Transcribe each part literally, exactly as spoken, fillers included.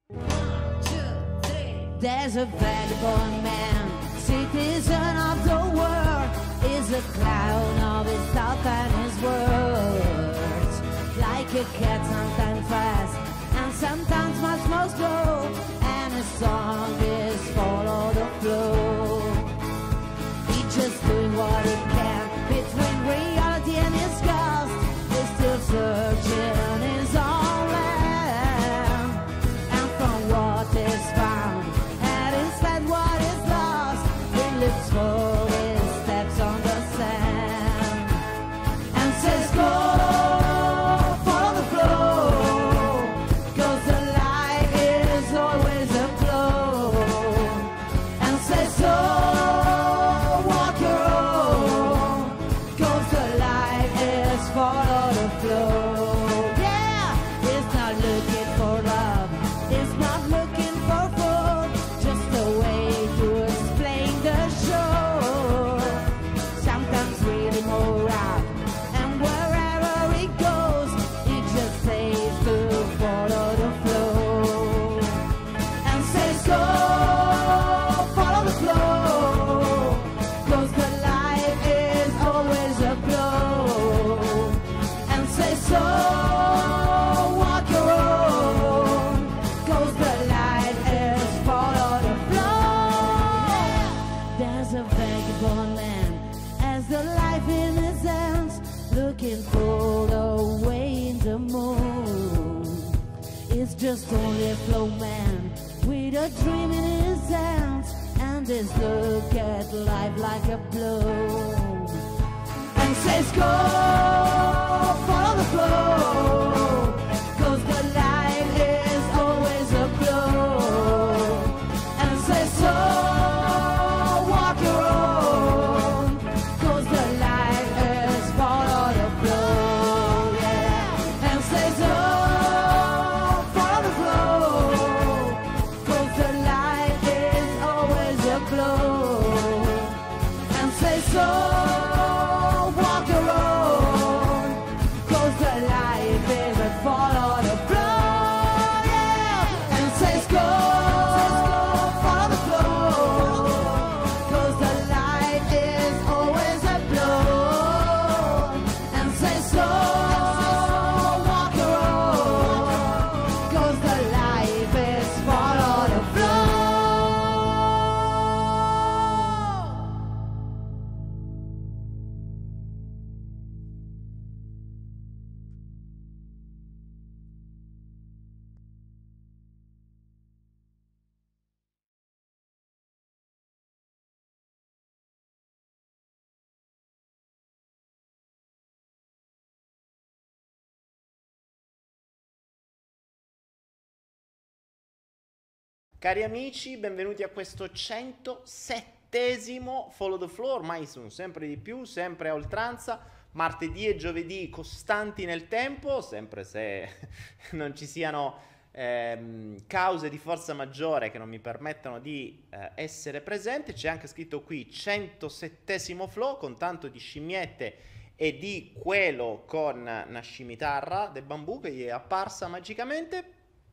There's a vagabond man, citizen of the world, is a clown of his thoughts and his words. Like a cat, sometimes fast, and sometimes much more slow, and his song is follow the flow. He's just doing what he can, between reality and his ghost. He's still searching his own land, and from what is found, what is lost, he looks for his steps on the sand, and says go, follow the flow, 'cause the light is always a flow, and says so, walk your own, 'cause the light is follow the flow. Yeah, it's not looking for love, it's not looking for food, just a way to explain the show. Sometimes really more out, and wherever it goes, it just says to follow the flow, and says go, follow the flow, 'cause the light is always a flow, and says so, walk your own, 'cause the light is follow the flow. There's a vagabond man, has the life in his hands, looking for the way in the moon. It's just only a flow man with a dream in his hands, and his look at life like a blow, and says go, follow the flow, 'cause the light is always a flow, and says so, walk your own, 'cause the light is follow the flow, yeah, and says oh, follow the flow, 'cause the light is always a flow, and says so, walk your own, 'cause the light is a follow the flow, yeah, and says go, follow the flow, 'cause the light is always a flow, and says so, walk your own, 'cause the light is follow the flow. Cari amici, benvenuti a questo centosettesimo Follow the Flow. Ormai sono sempre di più, sempre a oltranza, martedì e giovedì costanti nel tempo, sempre se non ci siano ehm, cause di forza maggiore che non mi permettano di eh, essere presente. C'è anche scritto qui centosettesimo Flow, con tanto di scimmiette e di quello con una scimitarra del bambù che gli è apparsa magicamente.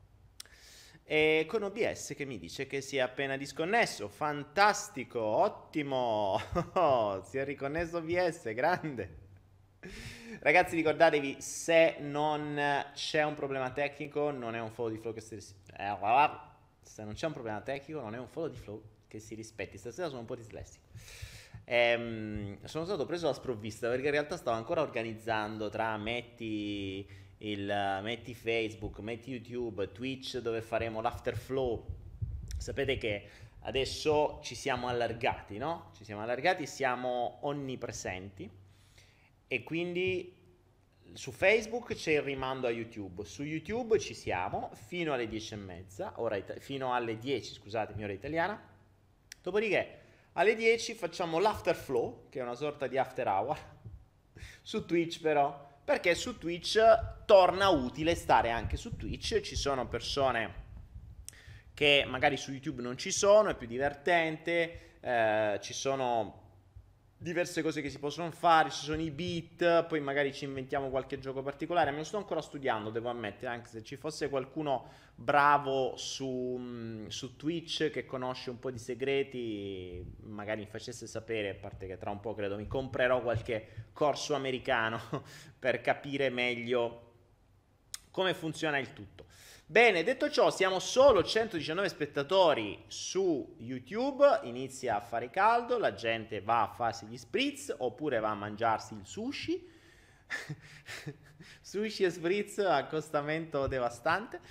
E con O B S che mi dice che si è appena disconnesso. Fantastico, ottimo. Oh, si è riconnesso O B S, grande. Ragazzi, ricordatevi, se non c'è un problema tecnico non è un follow di flow che si rispetti. Se non c'è un problema tecnico non è un follow di flow che si rispetti. Stasera sono un po' dislessico. Ehm, sono stato preso alla sprovvista perché in realtà stavo ancora organizzando tra metti il metti Facebook, metti YouTube, Twitch, dove faremo l'after flow. Sapete che adesso ci siamo allargati, no? Ci siamo allargati, siamo onnipresenti, e quindi su Facebook c'è il rimando a YouTube, su YouTube ci siamo fino alle dieci e mezza, ora ita- fino alle dieci, scusatemi, ora italiana. Dopodiché alle dieci facciamo l'after flow, che è una sorta di after hour su Twitch, però perché su Twitch torna utile stare anche su Twitch. Ci sono persone che magari su YouTube non ci sono, è più divertente, eh, ci sono diverse cose che si possono fare, ci sono i beat, poi magari ci inventiamo qualche gioco particolare. Me lo sto ancora studiando, devo ammettere, anche se ci fosse qualcuno bravo su, su Twitch che conosce un po' di segreti, magari mi facesse sapere, a parte che tra un po' credo mi comprerò qualche corso americano per capire meglio come funziona il tutto. Bene, detto ciò, siamo solo centodiciannove spettatori su YouTube, inizia a fare caldo, la gente va a farsi gli spritz oppure va a mangiarsi il sushi. Sushi e spritz, accostamento devastante.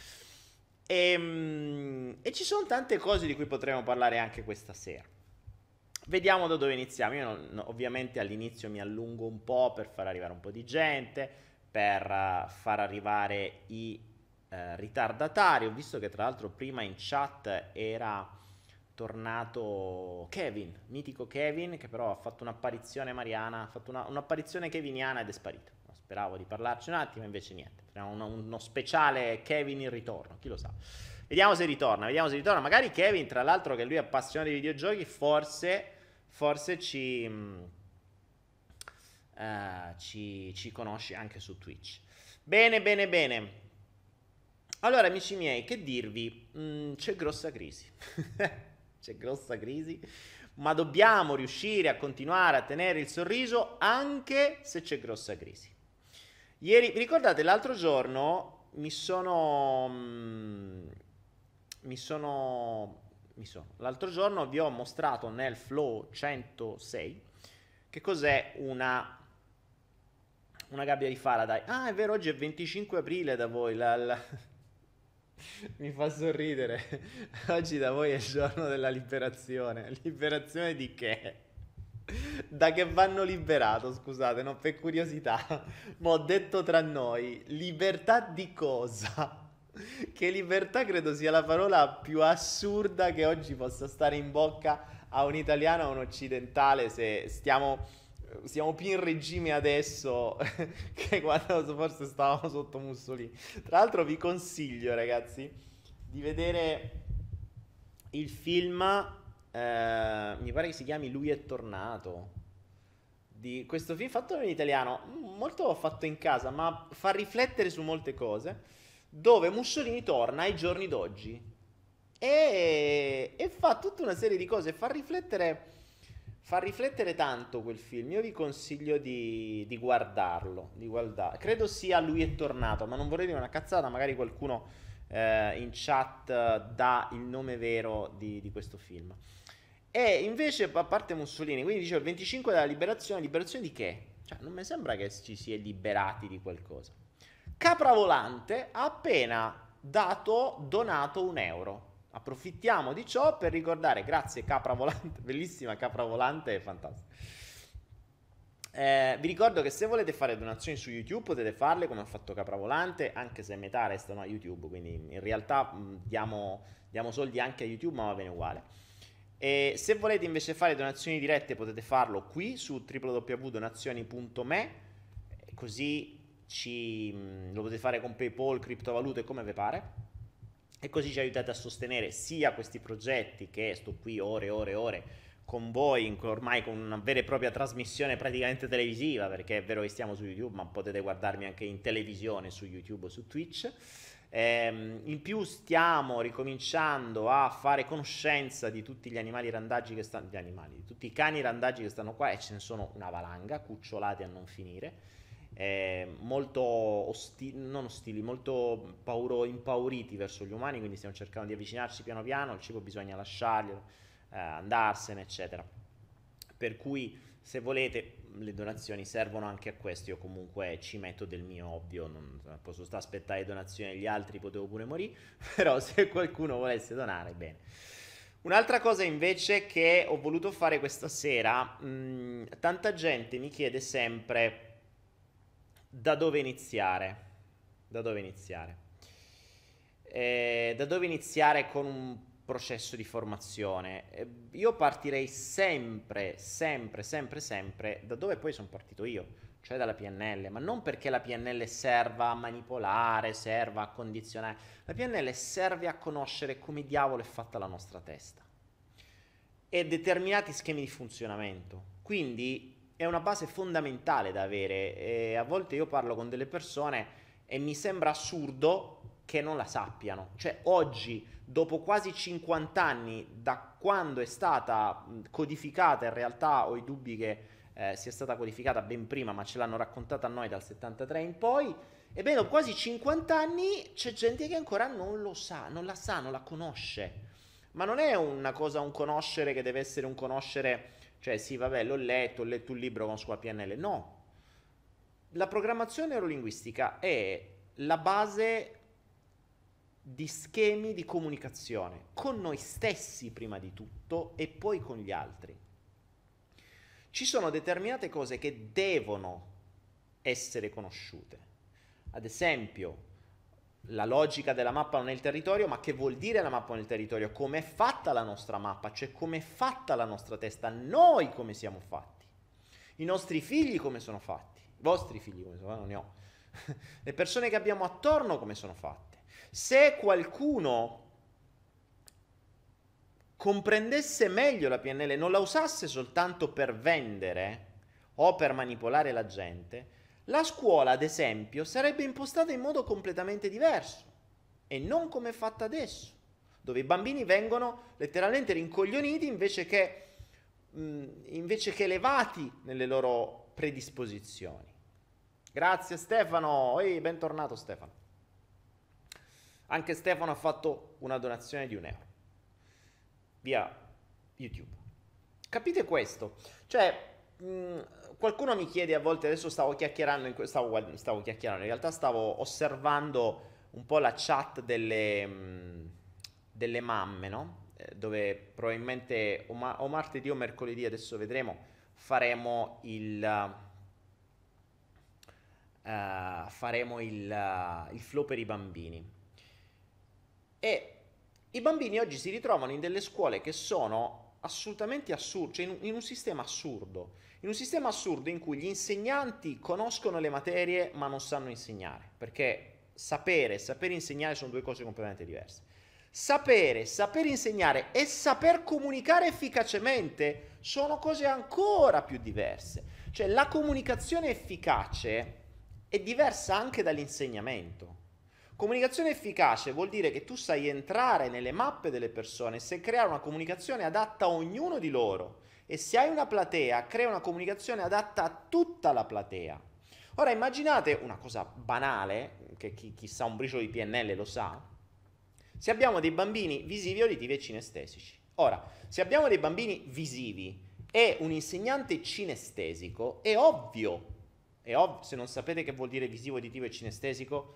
E, e ci sono tante cose di cui potremo parlare anche questa sera. Vediamo da dove iniziamo. Io non, ovviamente all'inizio mi allungo un po' per far arrivare un po' di gente, per uh, far arrivare i Uh, ritardatari. Ho visto che tra l'altro prima in chat era tornato Kevin, mitico Kevin, che però ha fatto un'apparizione mariana, ha fatto una, un'apparizione keviniana ed è sparito. No, speravo di parlarci un attimo, invece niente. Uno, uno speciale Kevin in ritorno, chi lo sa. Vediamo se ritorna, vediamo se ritorna. Magari Kevin, tra l'altro, che lui è appassionato di videogiochi, forse, forse ci, uh, ci, ci conosce anche su Twitch. Bene, bene, bene. Allora, amici miei, che dirvi? Mm, c'è grossa crisi. C'è grossa crisi, ma dobbiamo riuscire a continuare a tenere il sorriso anche se c'è grossa crisi. Ieri, vi ricordate, l'altro giorno mi sono... Mm, mi sono... Mi sono... L'altro giorno vi ho mostrato nel Flow centosei che cos'è una... una gabbia di Faraday. Ah, è vero, oggi è venticinque aprile da voi, la... la... Mi fa sorridere. Oggi da voi è il giorno della liberazione. Liberazione di che? Da che vanno liberato, scusate, no, per curiosità. Ma ho detto tra noi, libertà di cosa? Che libertà credo sia la parola più assurda che oggi possa stare in bocca a un italiano o a un occidentale, se stiamo... Siamo più in regime adesso che quando forse stavamo sotto Mussolini. Tra l'altro vi consiglio, ragazzi, di vedere il film, eh, mi pare che si chiami Lui è tornato, di questo film fatto in italiano, molto fatto in casa, ma fa riflettere su molte cose, dove Mussolini torna ai giorni d'oggi e, e fa tutta una serie di cose, fa riflettere... Fa riflettere tanto quel film. Io vi consiglio di, di guardarlo, di guardare. Credo sia Lui è tornato, ma non vorrei dire una cazzata. Magari qualcuno eh, in chat eh, dà il nome vero di, di questo film. E invece, a parte Mussolini, quindi dicevo il venticinque della liberazione. Liberazione di che? Cioè, non mi sembra che ci si è liberati di qualcosa. Capravolante ha appena dato, donato un euro. Approfittiamo di ciò per ricordare, grazie Capravolante, bellissima Capravolante, è fantastica. Eh, vi ricordo che se volete fare donazioni su YouTube potete farle come ha fatto Capravolante, anche se metà restano a YouTube, quindi in realtà mh, diamo, diamo soldi anche a YouTube, ma va bene uguale. E se volete invece fare donazioni dirette potete farlo qui su w w w punto donazioni punto me, così ci, mh, lo potete fare con PayPal, criptovalute, come vi pare. E così ci aiutate a sostenere sia questi progetti, che sto qui ore e ore e ore con voi, ormai con una vera e propria trasmissione praticamente televisiva, perché è vero che stiamo su YouTube, ma potete guardarmi anche in televisione su YouTube o su Twitch. Ehm, in più stiamo ricominciando a fare conoscenza di tutti gli animali randaggi che stanno, gli animali, di tutti i cani randaggi che stanno qua, e ce ne sono una valanga, cucciolati a non finire. Eh, molto ostili, non ostili, molto pauro, impauriti verso gli umani, quindi stiamo cercando di avvicinarci piano piano. Il cibo bisogna lasciarglielo, eh, andarsene, eccetera. Per cui, se volete, le donazioni servono anche a questo. Io comunque ci metto del mio, ovvio, non posso stare a aspettare le donazioni degli altri, potevo pure morire, però se qualcuno volesse donare, bene. Un'altra cosa invece che ho voluto fare questa sera, mh, tanta gente mi chiede sempre da dove iniziare, da dove iniziare, eh, da dove iniziare con un processo di formazione. Eh, io partirei sempre, sempre, sempre, sempre da dove poi sono partito io, cioè dalla P N L, ma non perché la P N L serva a manipolare, serva a condizionare. La P N L serve a conoscere come diavolo è fatta la nostra testa. e determinati schemi di funzionamento. Quindi è una base fondamentale da avere, e a volte io parlo con delle persone e mi sembra assurdo che non la sappiano. Cioè oggi, dopo quasi cinquanta anni da quando è stata codificata, in realtà ho i dubbi che eh, sia stata codificata ben prima, ma ce l'hanno raccontata a noi dal settantatré in poi, ebbene dopo quasi cinquanta anni c'è gente che ancora non lo sa, non la sa, non la conosce. Ma non è una cosa, un conoscere che deve essere un conoscere, cioè sì vabbè l'ho letto, ho letto un libro, conosco la P N L, no. La programmazione neurolinguistica è la base di schemi di comunicazione con noi stessi prima di tutto e poi con gli altri. Ci sono determinate cose che devono essere conosciute. Ad esempio, la logica della mappa nel territorio, ma che vuol dire la mappa nel territorio? Come è fatta la nostra mappa, cioè come è fatta la nostra testa, noi come siamo fatti, i nostri figli come sono fatti, i vostri figli come sono fatti, non ne ho, le persone che abbiamo attorno come sono fatte. Se qualcuno comprendesse meglio la P N L, non la usasse soltanto per vendere o per manipolare la gente, la scuola, ad esempio, sarebbe impostata in modo completamente diverso e non come è fatta adesso, dove i bambini vengono letteralmente rincoglioniti invece che, mh, invece che elevati nelle loro predisposizioni. Grazie Stefano, ehi, bentornato Stefano. Anche Stefano ha fatto una donazione di un euro via YouTube. Capite questo? Cioè, mh, qualcuno mi chiede a volte, adesso stavo chiacchierando, in, stavo, stavo chiacchierando, in realtà stavo osservando un po' la chat delle, mh, delle mamme, no? Eh, dove probabilmente o, ma, o martedì o mercoledì, adesso vedremo, faremo il, uh, faremo il, uh, il flow per i bambini. E i bambini oggi si ritrovano in delle scuole che sono assolutamente assurde, cioè in un, in un sistema assurdo, in un sistema assurdo in cui gli insegnanti conoscono le materie ma non sanno insegnare, perché sapere e saper insegnare sono due cose completamente diverse. Sapere, saper insegnare e saper comunicare efficacemente sono cose ancora più diverse. Cioè la comunicazione efficace è diversa anche dall'insegnamento. Comunicazione efficace vuol dire che tu sai entrare nelle mappe delle persone, sai creare una comunicazione adatta a ognuno di loro, e se hai una platea, crea una comunicazione adatta a tutta la platea. Ora immaginate una cosa banale, che chi, chi sa un briciolo di P N L lo sa, se abbiamo dei bambini visivi, uditivi e cinestesici. Ora, se abbiamo dei bambini visivi e un insegnante cinestesico, è ovvio, è ovvio, se non sapete che vuol dire visivo, uditivo e cinestesico,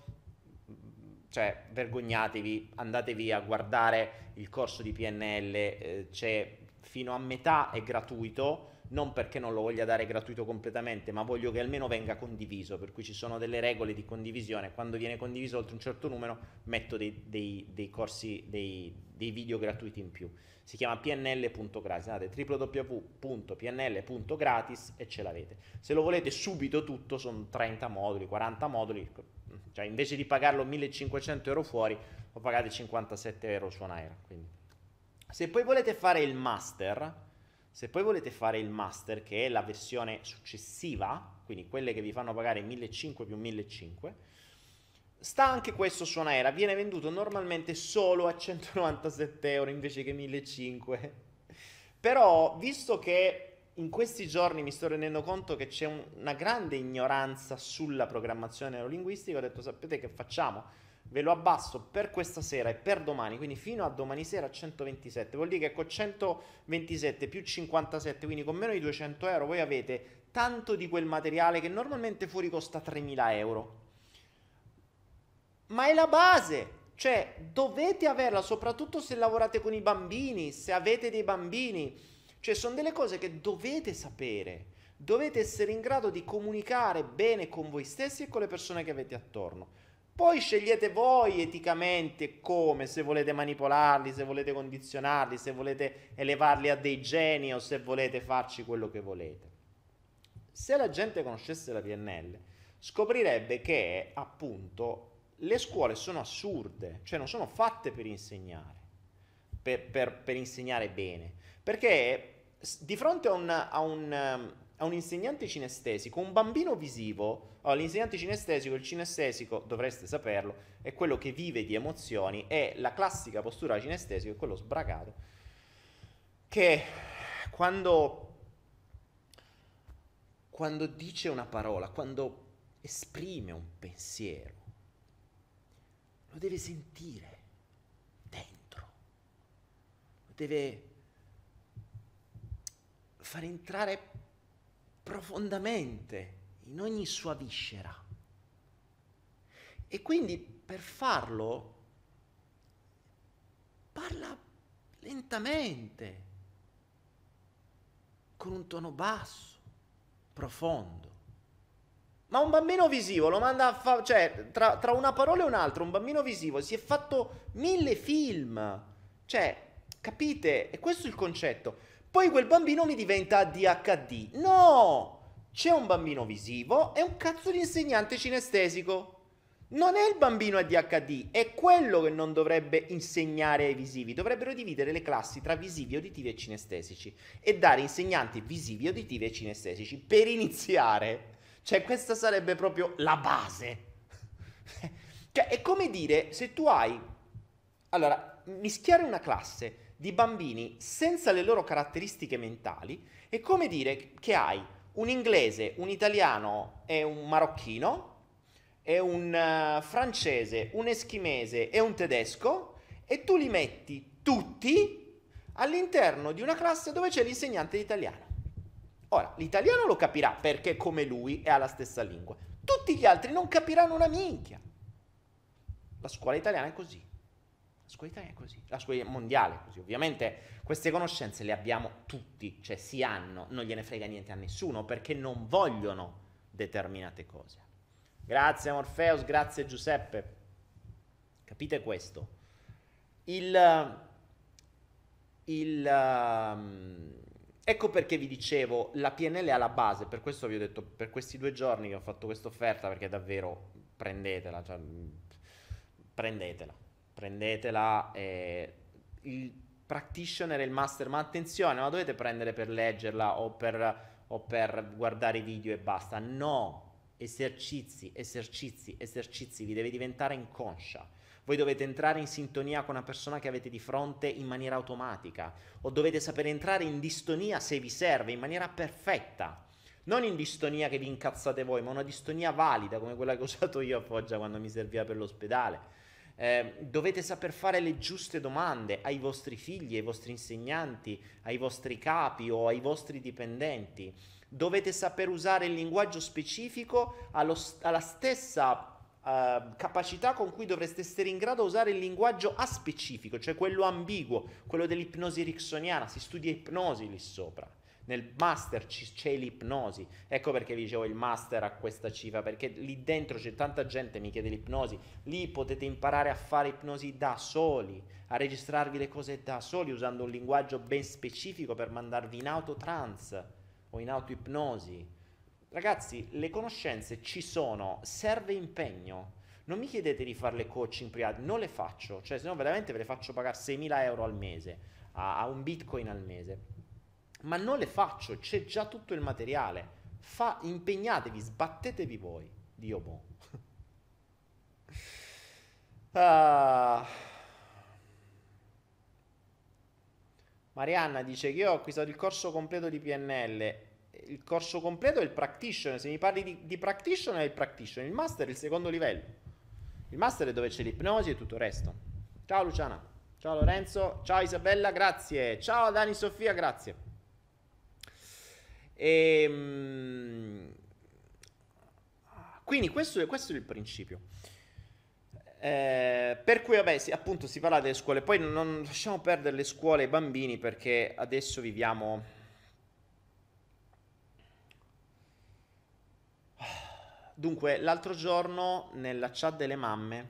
cioè vergognatevi, andatevi a guardare il corso di P N L, eh, c'è fino a metà, è gratuito, non perché non lo voglia dare gratuito completamente, ma voglio che almeno venga condiviso, per cui ci sono delle regole di condivisione, quando viene condiviso oltre un certo numero metto dei, dei, dei corsi, dei, dei video gratuiti in più. Si chiama P N L punto gratis, andate w w w punto p n l punto gratis e ce l'avete. Se lo volete subito tutto sono trenta moduli, quaranta moduli, cioè invece di pagarlo millecinquecento euro fuori lo pagate cinquantasette euro su Anaera. Quindi. Se poi volete fare il master, se poi volete fare il master che è la versione successiva, quindi quelle che vi fanno pagare millecinquecento più millecinquecento, sta anche questo su Anaera, viene venduto normalmente solo a centonovantasette euro invece che millecinquecento. Però visto che in questi giorni mi sto rendendo conto che c'è un, una grande ignoranza sulla programmazione neurolinguistica, ho detto sapete che facciamo? Ve lo abbasso per questa sera e per domani, quindi fino a domani sera a centoventisette, vuol dire che con centoventisette più cinquantasette, quindi con meno di duecento euro voi avete tanto di quel materiale che normalmente fuori costa tremila euro. Ma è la base, cioè dovete averla, soprattutto se lavorate con i bambini, se avete dei bambini. Cioè sono delle cose che dovete sapere, dovete essere in grado di comunicare bene con voi stessi e con le persone che avete attorno. Poi scegliete voi eticamente come, se volete manipolarli, se volete condizionarli, se volete elevarli a dei geni o se volete farci quello che volete. Se la gente conoscesse la P N L, scoprirebbe che appunto le scuole sono assurde, cioè non sono fatte per insegnare. per, per, per insegnare bene, perché di fronte a un, a un, a un insegnante cinestesico, un bambino visivo, oh, l'insegnante cinestesico, il cinestesico, dovreste saperlo, è quello che vive di emozioni, e la classica postura cinestesica è quello sbragato, che quando, quando dice una parola, quando esprime un pensiero, lo deve sentire dentro, lo deve far entrare profondamente in ogni sua viscera. E quindi per farlo parla lentamente, con un tono basso, profondo. Ma un bambino visivo lo manda a fare, cioè, tra, tra una parola e un'altra, un bambino visivo si è fatto mille film. Cioè, capite? E questo è il concetto. Poi quel bambino mi diventa A D H D. No! C'è un bambino visivo e un cazzo di insegnante cinestesico. Non è il bambino A D H D, è quello che non dovrebbe insegnare ai visivi. Dovrebbero dividere le classi tra visivi, uditivi e cinestesici e dare insegnanti visivi, uditivi e cinestesici per iniziare. Cioè, questa sarebbe proprio la base. Cioè, è come dire, se tu hai... Allora, mischiare una classe di bambini senza le loro caratteristiche mentali è come dire che hai un inglese, un italiano e un marocchino, e un uh, francese, un eschimese e un tedesco, e tu li metti tutti all'interno di una classe dove c'è l'insegnante di italiano. Ora, l'italiano lo capirà perché come lui è alla stessa lingua. Tutti gli altri non capiranno una minchia. La scuola italiana è così. La scuola italiana è così. La scuola mondiale è così. Ovviamente queste conoscenze le abbiamo tutti, cioè si hanno, non gliene frega niente a nessuno perché non vogliono determinate cose. Grazie Morpheus, grazie Giuseppe. Capite questo? Il... il um, ecco perché vi dicevo, la P N L è alla base, per questo vi ho detto, per questi due giorni che ho fatto questa offerta, perché davvero prendetela, cioè, prendetela, prendetela, eh, il practitioner e il master, ma attenzione, non la dovete prendere per leggerla o per, o per guardare i video e basta, no, esercizi, esercizi, esercizi, vi deve diventare inconscia. Voi dovete entrare in sintonia con una persona che avete di fronte in maniera automatica, o dovete sapere entrare in distonia se vi serve, in maniera perfetta. Non in distonia che vi incazzate voi, ma una distonia valida, come quella che ho usato io a Foggia quando mi serviva per l'ospedale. Eh, dovete saper fare le giuste domande ai vostri figli, ai vostri insegnanti, ai vostri capi o ai vostri dipendenti. Dovete saper usare il linguaggio specifico allo, alla stessa Uh, capacità con cui dovreste essere in grado di usare il linguaggio aspecifico, cioè quello ambiguo, quello dell'ipnosi ericksoniana. Si studia ipnosi lì sopra. Nel master c'è l'ipnosi. Ecco perché vi dicevo il master ha questa cifra, perché lì dentro c'è tanta gente mi chiede l'ipnosi. Lì potete imparare a fare ipnosi da soli, a registrarvi le cose da soli usando un linguaggio ben specifico per mandarvi in autotrance o in autoipnosi. Ragazzi, le conoscenze ci sono, serve impegno. Non mi chiedete di fare le coaching private, non le faccio, cioè se no veramente ve le faccio pagare seimila euro al mese, a, a un bitcoin al mese. Ma non le faccio, c'è già tutto il materiale. Fa, impegnatevi, sbattetevi voi. Dio boh. ah. Marianna dice che io ho acquistato il corso completo di P N L. Il corso completo è il practitioner. Se mi parli di, di practitioner è il practitioner. Il master è il secondo livello. Il master è dove c'è l'ipnosi e tutto il resto. Ciao Luciana, ciao Lorenzo, ciao Isabella, grazie. Ciao Dani Sofia, grazie. E, quindi questo è, questo è il principio. Eh, per cui vabbè, sì, appunto si parla delle scuole. Poi non, non lasciamo perdere le scuole e i bambini, perché adesso viviamo... Dunque, l'altro giorno nella chat delle mamme,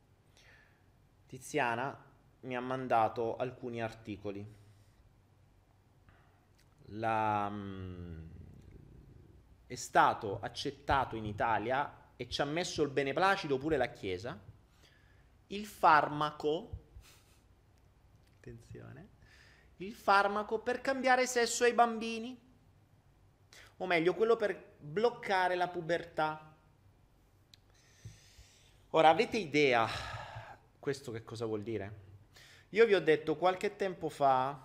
Tiziana mi ha mandato alcuni articoli. La, mh, è stato accettato in Italia e ci ha messo il beneplacito pure la Chiesa, il farmaco attenzione, il farmaco per cambiare sesso ai bambini, o meglio, quello per bloccare la pubertà. Ora, avete idea questo che cosa vuol dire? Io vi ho detto qualche tempo fa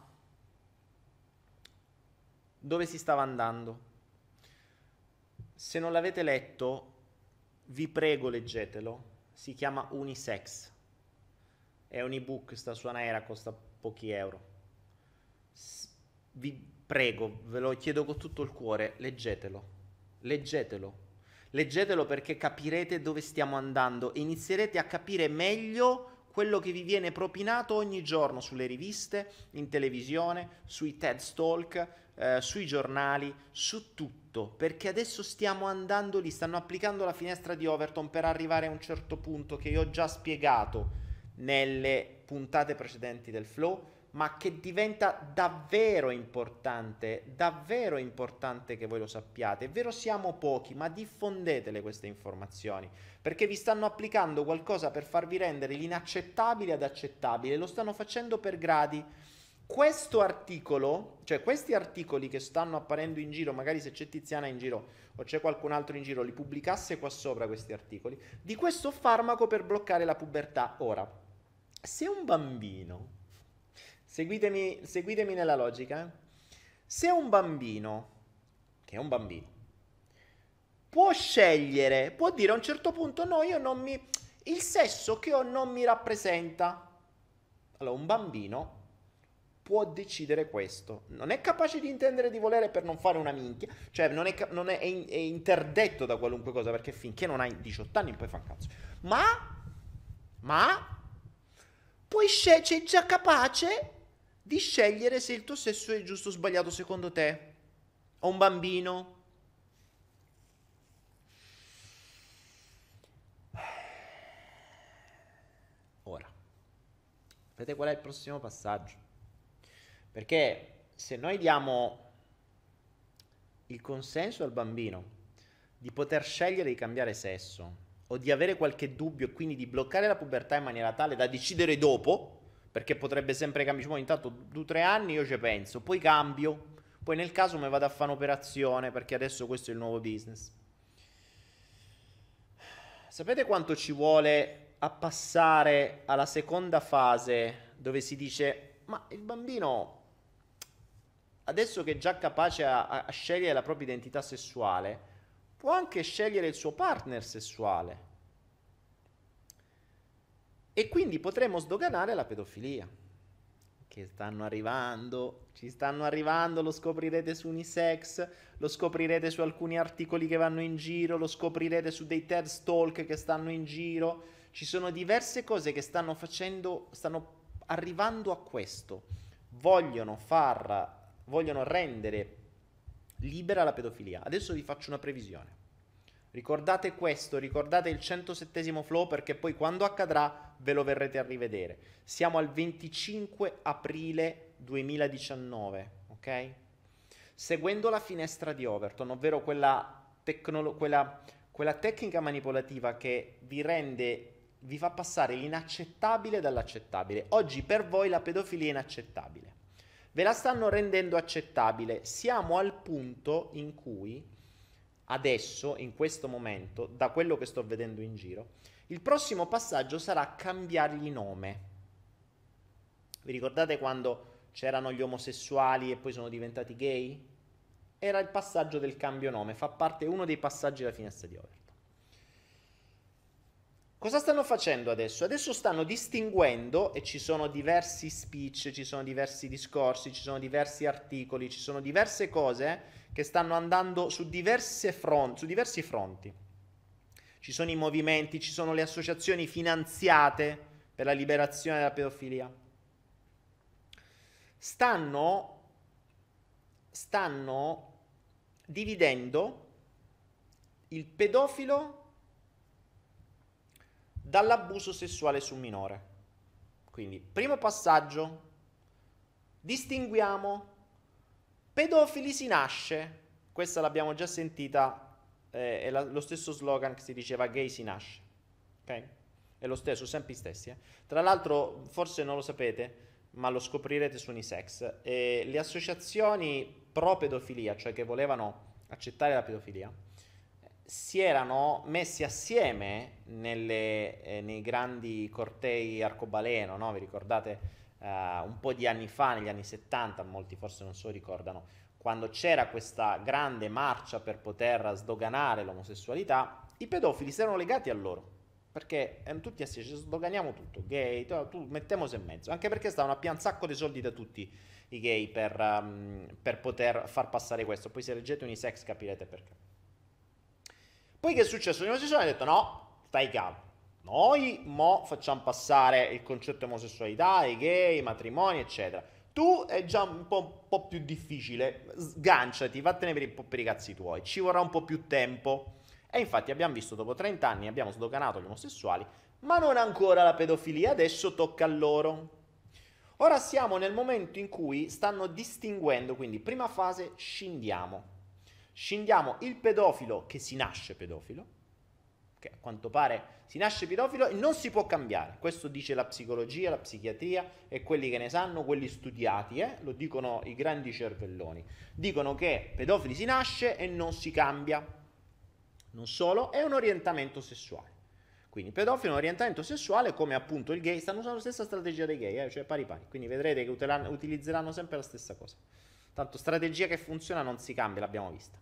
dove si stava andando. Se non l'avete letto, vi prego leggetelo. Si chiama Unisex. È un ebook, sta su Anaera, costa pochi euro. S- vi prego, ve lo chiedo con tutto il cuore, leggetelo. Leggetelo. Leggetelo perché capirete dove stiamo andando e inizierete a capire meglio quello che vi viene propinato ogni giorno sulle riviste, in televisione, sui TED Talk, eh, sui giornali, su tutto, perché adesso stiamo andando lì, stanno applicando la finestra di Overton per arrivare a un certo punto che io ho già spiegato nelle puntate precedenti del Flow, ma che diventa davvero importante, davvero importante che voi lo sappiate. È vero, siamo pochi, ma diffondetele queste informazioni, perché vi stanno applicando qualcosa per farvi rendere l'inaccettabile ad accettabile, lo stanno facendo per gradi. Questo articolo, cioè questi articoli che stanno apparendo in giro, magari se c'è Tiziana in giro o c'è qualcun altro in giro, li pubblicasse qua sopra questi articoli, di questo farmaco per bloccare la pubertà. Ora, se un bambino... Seguitemi, seguitemi nella logica. Eh? Se un bambino, che è un bambino, può scegliere, può dire a un certo punto no, io non mi... il sesso che ho non mi rappresenta. Allora, un bambino può decidere questo. Non è capace di intendere e di volere per non fare una minchia. Cioè, non è, non è, è, in, è interdetto da qualunque cosa, perché finché non hai diciotto anni poi fa un cazzo. Ma, ma, puoi scegliere, sei già capace di scegliere se il tuo sesso è giusto o sbagliato secondo te. O un bambino. Ora, vedete qual è il prossimo passaggio? Perché se noi diamo il consenso al bambino di poter scegliere di cambiare sesso o di avere qualche dubbio e quindi di bloccare la pubertà in maniera tale da decidere dopo, perché potrebbe sempre cambiare, intanto due o tre anni io ci penso, poi cambio, poi nel caso mi vado a fare un'operazione perché adesso questo è il nuovo business. Sapete quanto ci vuole a passare alla seconda fase dove si dice ma il bambino adesso che è già capace a, a scegliere la propria identità sessuale può anche scegliere il suo partner sessuale. E quindi potremo sdoganare la pedofilia. Che stanno arrivando, ci stanno arrivando, lo scoprirete su Unisex, lo scoprirete su alcuni articoli che vanno in giro, lo scoprirete su dei TED Talk che stanno in giro. Ci sono diverse cose che stanno facendo, stanno arrivando a questo. Vogliono far, vogliono rendere libera la pedofilia. Adesso vi faccio una previsione. Ricordate questo, ricordate il centosettesimo Flow perché poi quando accadrà ve lo verrete a rivedere. Siamo al venticinque aprile duemiladiciannove, ok? Seguendo la finestra di Overton, ovvero quella, tecnolo- quella, quella tecnica manipolativa che vi rende, vi fa passare l'inaccettabile dall'accettabile. Oggi per voi la pedofilia è inaccettabile. Ve la stanno rendendo accettabile. Siamo al punto in cui adesso, in questo momento, da quello che sto vedendo in giro, il prossimo passaggio sarà cambiargli nome. Vi ricordate quando c'erano gli omosessuali e poi sono diventati gay? Era il passaggio del cambio nome, fa parte uno dei passaggi della finestra di Overton. Cosa stanno facendo adesso? Adesso stanno distinguendo, e ci sono diversi speech, ci sono diversi discorsi, ci sono diversi articoli, ci sono diverse cose che stanno andando su diverse front, su diversi fronti. Ci sono i movimenti, ci sono le associazioni finanziate per la liberazione della pedofilia. Stanno, stanno dividendo il pedofilo dall'abuso sessuale su minore. Quindi, primo passaggio, distinguiamo. Pedofili si nasce, questa l'abbiamo già sentita, eh, è la, lo stesso slogan che si diceva gay si nasce, ok? È lo stesso, sempre gli stessi. Eh? Tra l'altro, forse non lo sapete, ma lo scoprirete su Unisex. E le associazioni pro pedofilia, cioè che volevano accettare la pedofilia, si erano messi assieme nelle, eh, nei grandi cortei arcobaleno, no? Vi ricordate uh, un po' di anni fa, negli anni settanta, molti forse non se lo ricordano, quando c'era questa grande marcia per poter sdoganare l'omosessualità, i pedofili si erano legati a loro, perché erano tutti assieme, sdoganiamo tutto, gay, tu, tu mettiamoci in mezzo, anche perché stavano a pian sacco dei soldi da tutti i gay per, um, per poter far passare questo. Poi se leggete Unisex capirete perché. Poi che è successo? Gli omosessuali hanno detto no, stai calmo, noi mo facciamo passare il concetto di omosessualità, i gay, i matrimoni eccetera, tu è già un po', un po' più difficile, sganciati, vattene per, un po' per i cazzi tuoi, ci vorrà un po' più tempo. E infatti abbiamo visto dopo trenta anni abbiamo sdoganato gli omosessuali, ma non ancora la pedofilia, adesso tocca a loro. Ora siamo nel momento in cui stanno distinguendo, quindi prima fase scindiamo. Scindiamo il pedofilo che si nasce pedofilo, che a quanto pare si nasce pedofilo e non si può cambiare. Questo dice la psicologia, la psichiatria e quelli che ne sanno, quelli studiati, eh? Lo dicono i grandi cervelloni. Dicono che pedofili si nasce e non si cambia. Non solo, è un orientamento sessuale. Quindi pedofilo è un orientamento sessuale come appunto il gay, stanno usando la stessa strategia dei gay, eh? Cioè pari pari. Quindi vedrete che utilizzeranno sempre la stessa cosa. Tanto strategia che funziona non si cambia, l'abbiamo vista.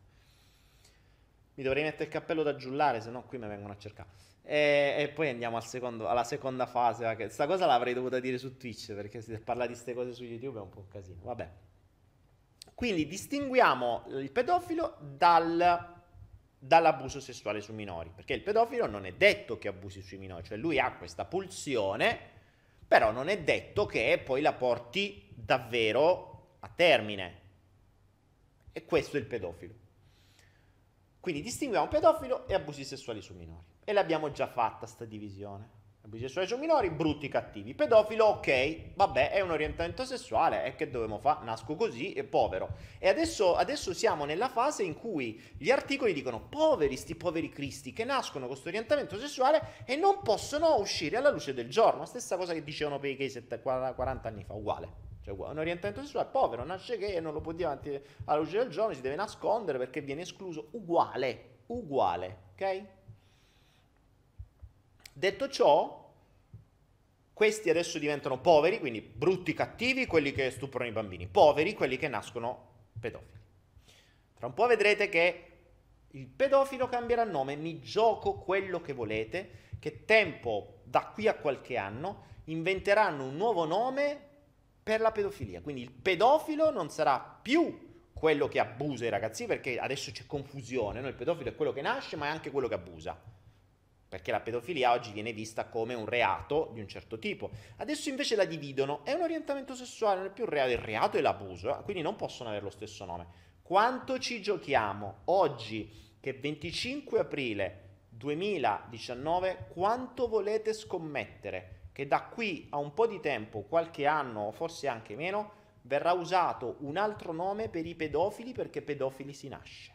Mi dovrei mettere il cappello da giullare, se no qui mi vengono a cercare. E, e poi andiamo al secondo, alla seconda fase. Questa cosa l'avrei dovuta dire su Twitch, perché se parla di queste cose su YouTube è un po' un casino. Vabbè. Quindi distinguiamo il pedofilo dal, dall'abuso sessuale su minori. Perché il pedofilo non è detto che abusi sui minori. Cioè lui ha questa pulsione, però non è detto che poi la porti davvero a termine. E questo è il pedofilo. Quindi distinguiamo pedofilo e abusi sessuali su minori. E l'abbiamo già fatta sta divisione. Abusi sessuali su minori, brutti, cattivi. Pedofilo, ok, vabbè, è un orientamento sessuale, e che dovevamo fare? Nasco così e povero. E adesso, adesso siamo nella fase in cui gli articoli dicono poveri, sti poveri cristi, che nascono con questo orientamento sessuale e non possono uscire alla luce del giorno. La stessa cosa che dicevano per i gay quaranta anni fa, uguale. Cioè, un orientamento sessuale, povero, nasce gay e non lo può dire avanti alla luce del giorno, si deve nascondere perché viene escluso, uguale, uguale, ok? Detto ciò, questi adesso diventano poveri, quindi brutti, cattivi, quelli che stuprano i bambini, poveri, quelli che nascono pedofili. Tra un po' vedrete che il pedofilo cambierà nome, mi gioco quello che volete, che tempo, da qui a qualche anno, inventeranno un nuovo nome per la pedofilia. Quindi il pedofilo non sarà più quello che abusa i ragazzi, perché adesso c'è confusione, no? Il pedofilo è quello che nasce, ma è anche quello che abusa, perché la pedofilia oggi viene vista come un reato di un certo tipo. Adesso invece la dividono, è un orientamento sessuale, non è più un reato, il reato è l'abuso, quindi non possono avere lo stesso nome. Quanto ci giochiamo oggi, che è venticinque aprile duemiladiciannove, quanto volete scommettere che da qui a un po' di tempo, qualche anno o forse anche meno, verrà usato un altro nome per i pedofili, perché pedofili si nasce?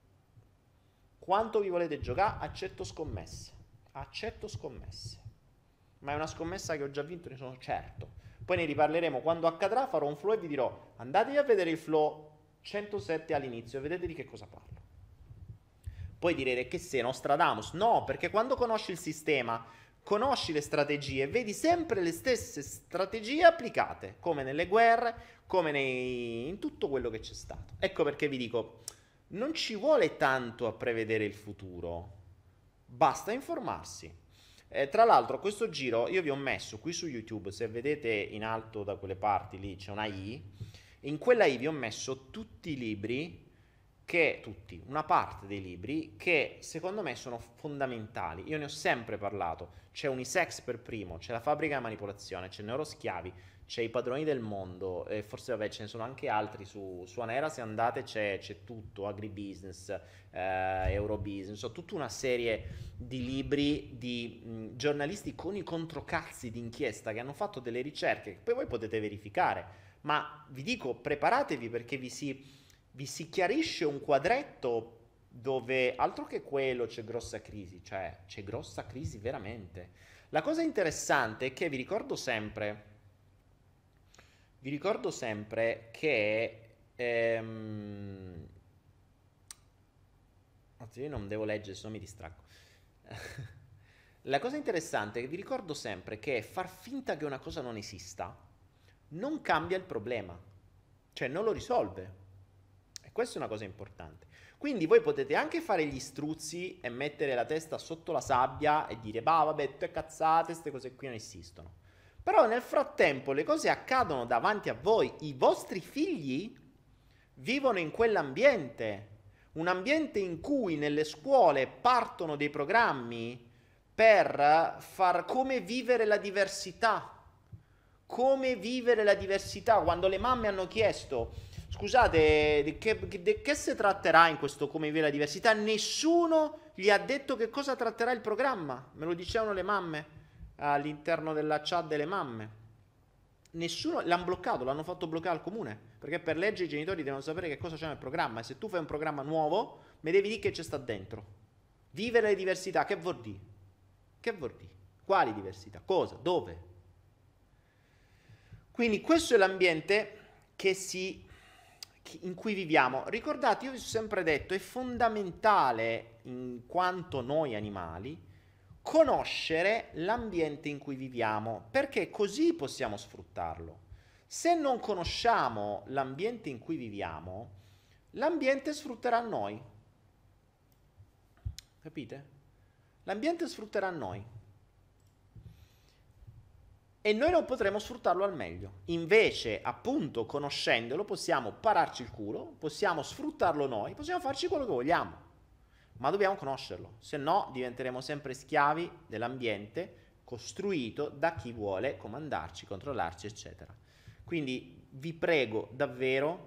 Quanto vi volete giocare? Accetto scommesse. Accetto scommesse. Ma è una scommessa che ho già vinto, ne sono certo. Poi ne riparleremo quando accadrà, farò un flow e vi dirò andatevi a vedere il flow centosette all'inizio e vedete di che cosa parlo. Poi direte che sei Nostradamus. No, perché quando conosci il sistema, conosci le strategie, vedi sempre le stesse strategie applicate, come nelle guerre, come nei... in tutto quello che c'è stato. Ecco perché vi dico, non ci vuole tanto a prevedere il futuro, basta informarsi. Eh, tra l'altro questo giro io vi ho messo qui su YouTube, se vedete in alto da quelle parti lì c'è una I, in quella I vi ho messo tutti i libri che, tutti, una parte dei libri che secondo me sono fondamentali. Io ne ho sempre parlato. C'è Unisex per primo, c'è La fabbrica della manipolazione, c'è Neuroschiavi, c'è I padroni del mondo, e forse vabbè ce ne sono anche altri su, su Anera, se andate c'è, c'è tutto, Agribusiness, eh, Eurobusiness, so, tutta una serie di libri di mh, giornalisti con i controcazzi d'inchiesta che hanno fatto delle ricerche che poi voi potete verificare, ma vi dico preparatevi, perché vi si... vi si chiarisce un quadretto dove altro che quello c'è grossa crisi, cioè c'è grossa crisi veramente. La cosa interessante è che vi ricordo sempre vi ricordo sempre che ehm... anzi, io non devo leggere, se no mi distraggo. La cosa interessante è che vi ricordo sempre che far finta che una cosa non esista non cambia il problema, cioè non lo risolve. E questa è una cosa importante. Quindi voi potete anche fare gli struzzi e mettere la testa sotto la sabbia e dire, bah, vabbè, tutte cazzate, queste cose qui non esistono. Però nel frattempo le cose accadono davanti a voi, i vostri figli vivono in quell'ambiente, un ambiente in cui nelle scuole partono dei programmi per far come vivere la diversità, come vivere la diversità. Quando le mamme hanno chiesto, scusate, di che, di che si tratterà in questo come vivere la diversità, nessuno gli ha detto che cosa tratterà il programma, me lo dicevano le mamme all'interno della chat delle mamme. Nessuno, l'hanno bloccato, l'hanno fatto bloccare al comune, perché per legge i genitori devono sapere che cosa c'è nel programma, e se tu fai un programma nuovo mi devi dire che c'è sta dentro. Vivere le diversità, che vuol dire? Che vuol dire? Quali diversità? Cosa? Dove? Quindi questo è l'ambiente che si, in cui viviamo. Ricordate, io vi ho sempre detto, è fondamentale, in quanto noi animali, conoscere l'ambiente in cui viviamo, perché così possiamo sfruttarlo. Se non conosciamo l'ambiente in cui viviamo, l'ambiente sfrutterà noi. Capite? L'ambiente sfrutterà noi. E noi non potremo sfruttarlo al meglio. Invece, appunto, conoscendolo, possiamo pararci il culo, possiamo sfruttarlo noi, possiamo farci quello che vogliamo. Ma dobbiamo conoscerlo, se no diventeremo sempre schiavi dell'ambiente costruito da chi vuole comandarci, controllarci, eccetera. Quindi vi prego davvero,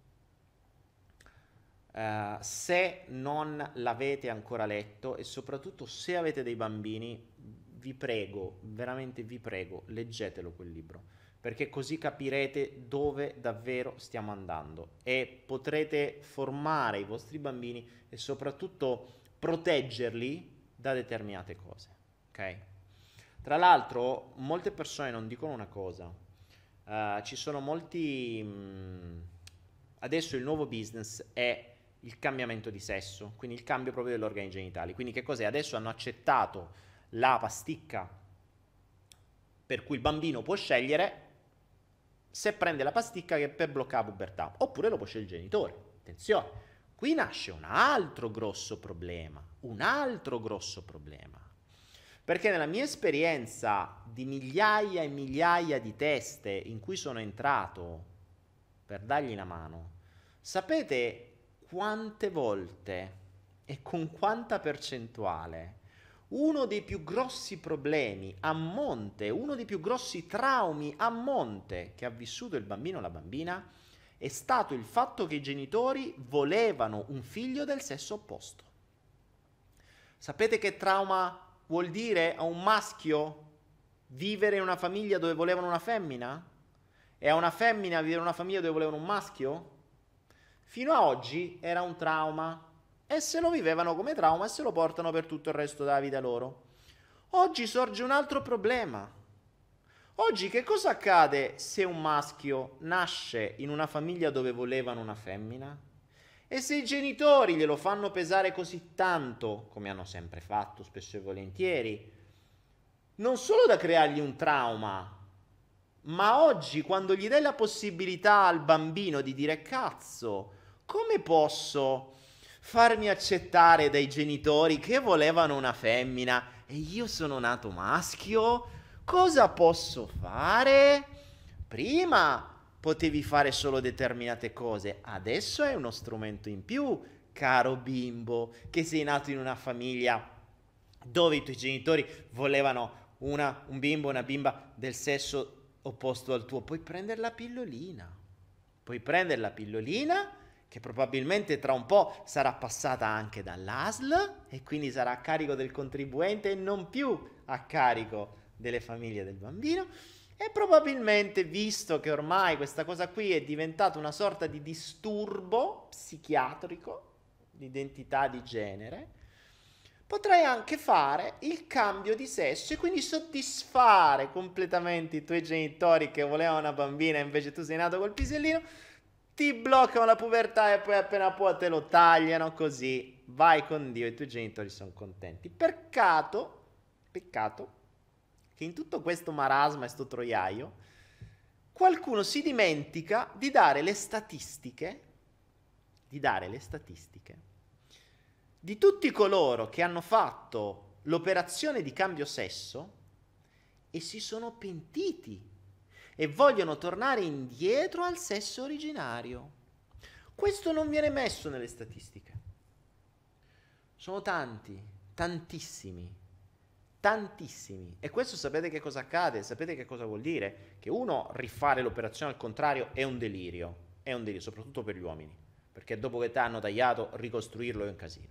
eh, se non l'avete ancora letto e soprattutto se avete dei bambini, vi prego, veramente vi prego, leggetelo quel libro, perché così capirete dove davvero stiamo andando e potrete formare i vostri bambini e soprattutto proteggerli da determinate cose, ok? Tra l'altro, molte persone non dicono una cosa, uh, ci sono molti, mh, adesso il nuovo business è il cambiamento di sesso, quindi il cambio proprio degli organi genitali, quindi che cos'è? Adesso hanno accettato la pasticca per cui il bambino può scegliere se prende la pasticca che per bloccare la pubertà, oppure lo può scegliere il genitore. Attenzione, qui nasce un altro grosso problema, un altro grosso problema, perché nella mia esperienza di migliaia e migliaia di teste in cui sono entrato per dargli una mano, sapete quante volte e con quanta percentuale uno dei più grossi problemi a monte, uno dei più grossi traumi a monte che ha vissuto il bambino o la bambina è stato il fatto che i genitori volevano un figlio del sesso opposto. Sapete che trauma vuol dire a un maschio vivere in una famiglia dove volevano una femmina? E a una femmina vivere in una famiglia dove volevano un maschio? Fino a oggi era un trauma. E se lo vivevano come trauma e se lo portano per tutto il resto della vita loro. Oggi sorge un altro problema. Oggi che cosa accade se un maschio nasce in una famiglia dove volevano una femmina? E se i genitori glielo fanno pesare così tanto, come hanno sempre fatto spesso e volentieri, non solo da creargli un trauma, ma oggi quando gli dai la possibilità al bambino di dire cazzo, come posso farmi accettare dai genitori che volevano una femmina e io sono nato maschio? Cosa posso fare? Prima potevi fare solo determinate cose, adesso è uno strumento in più, caro bimbo, che sei nato in una famiglia dove i tuoi genitori volevano una, un bimbo, una bimba del sesso opposto al tuo. Puoi prendere la pillolina, puoi prendere la pillolina che probabilmente tra un po' sarà passata anche dall'A S L e quindi sarà a carico del contribuente e non più a carico delle famiglie del bambino, e probabilmente, visto che ormai questa cosa qui è diventata una sorta di disturbo psichiatrico di identità di genere, potrai anche fare il cambio di sesso e quindi soddisfare completamente i tuoi genitori che volevano una bambina e invece tu sei nato col pisellino, ti bloccano la pubertà e poi appena può te lo tagliano, così vai con Dio e i tuoi genitori sono contenti. Peccato, peccato, che in tutto questo marasma e sto troiaio qualcuno si dimentica di dare le statistiche, di dare le statistiche di tutti coloro che hanno fatto l'operazione di cambio sesso e si sono pentiti e vogliono tornare indietro al sesso originario. Questo non viene messo nelle statistiche. Sono tanti, tantissimi, tantissimi. E questo sapete che cosa accade? Sapete che cosa vuol dire? Che uno, rifare l'operazione al contrario è un delirio, è un delirio, soprattutto per gli uomini, perché dopo che ti hanno tagliato, ricostruirlo è un casino.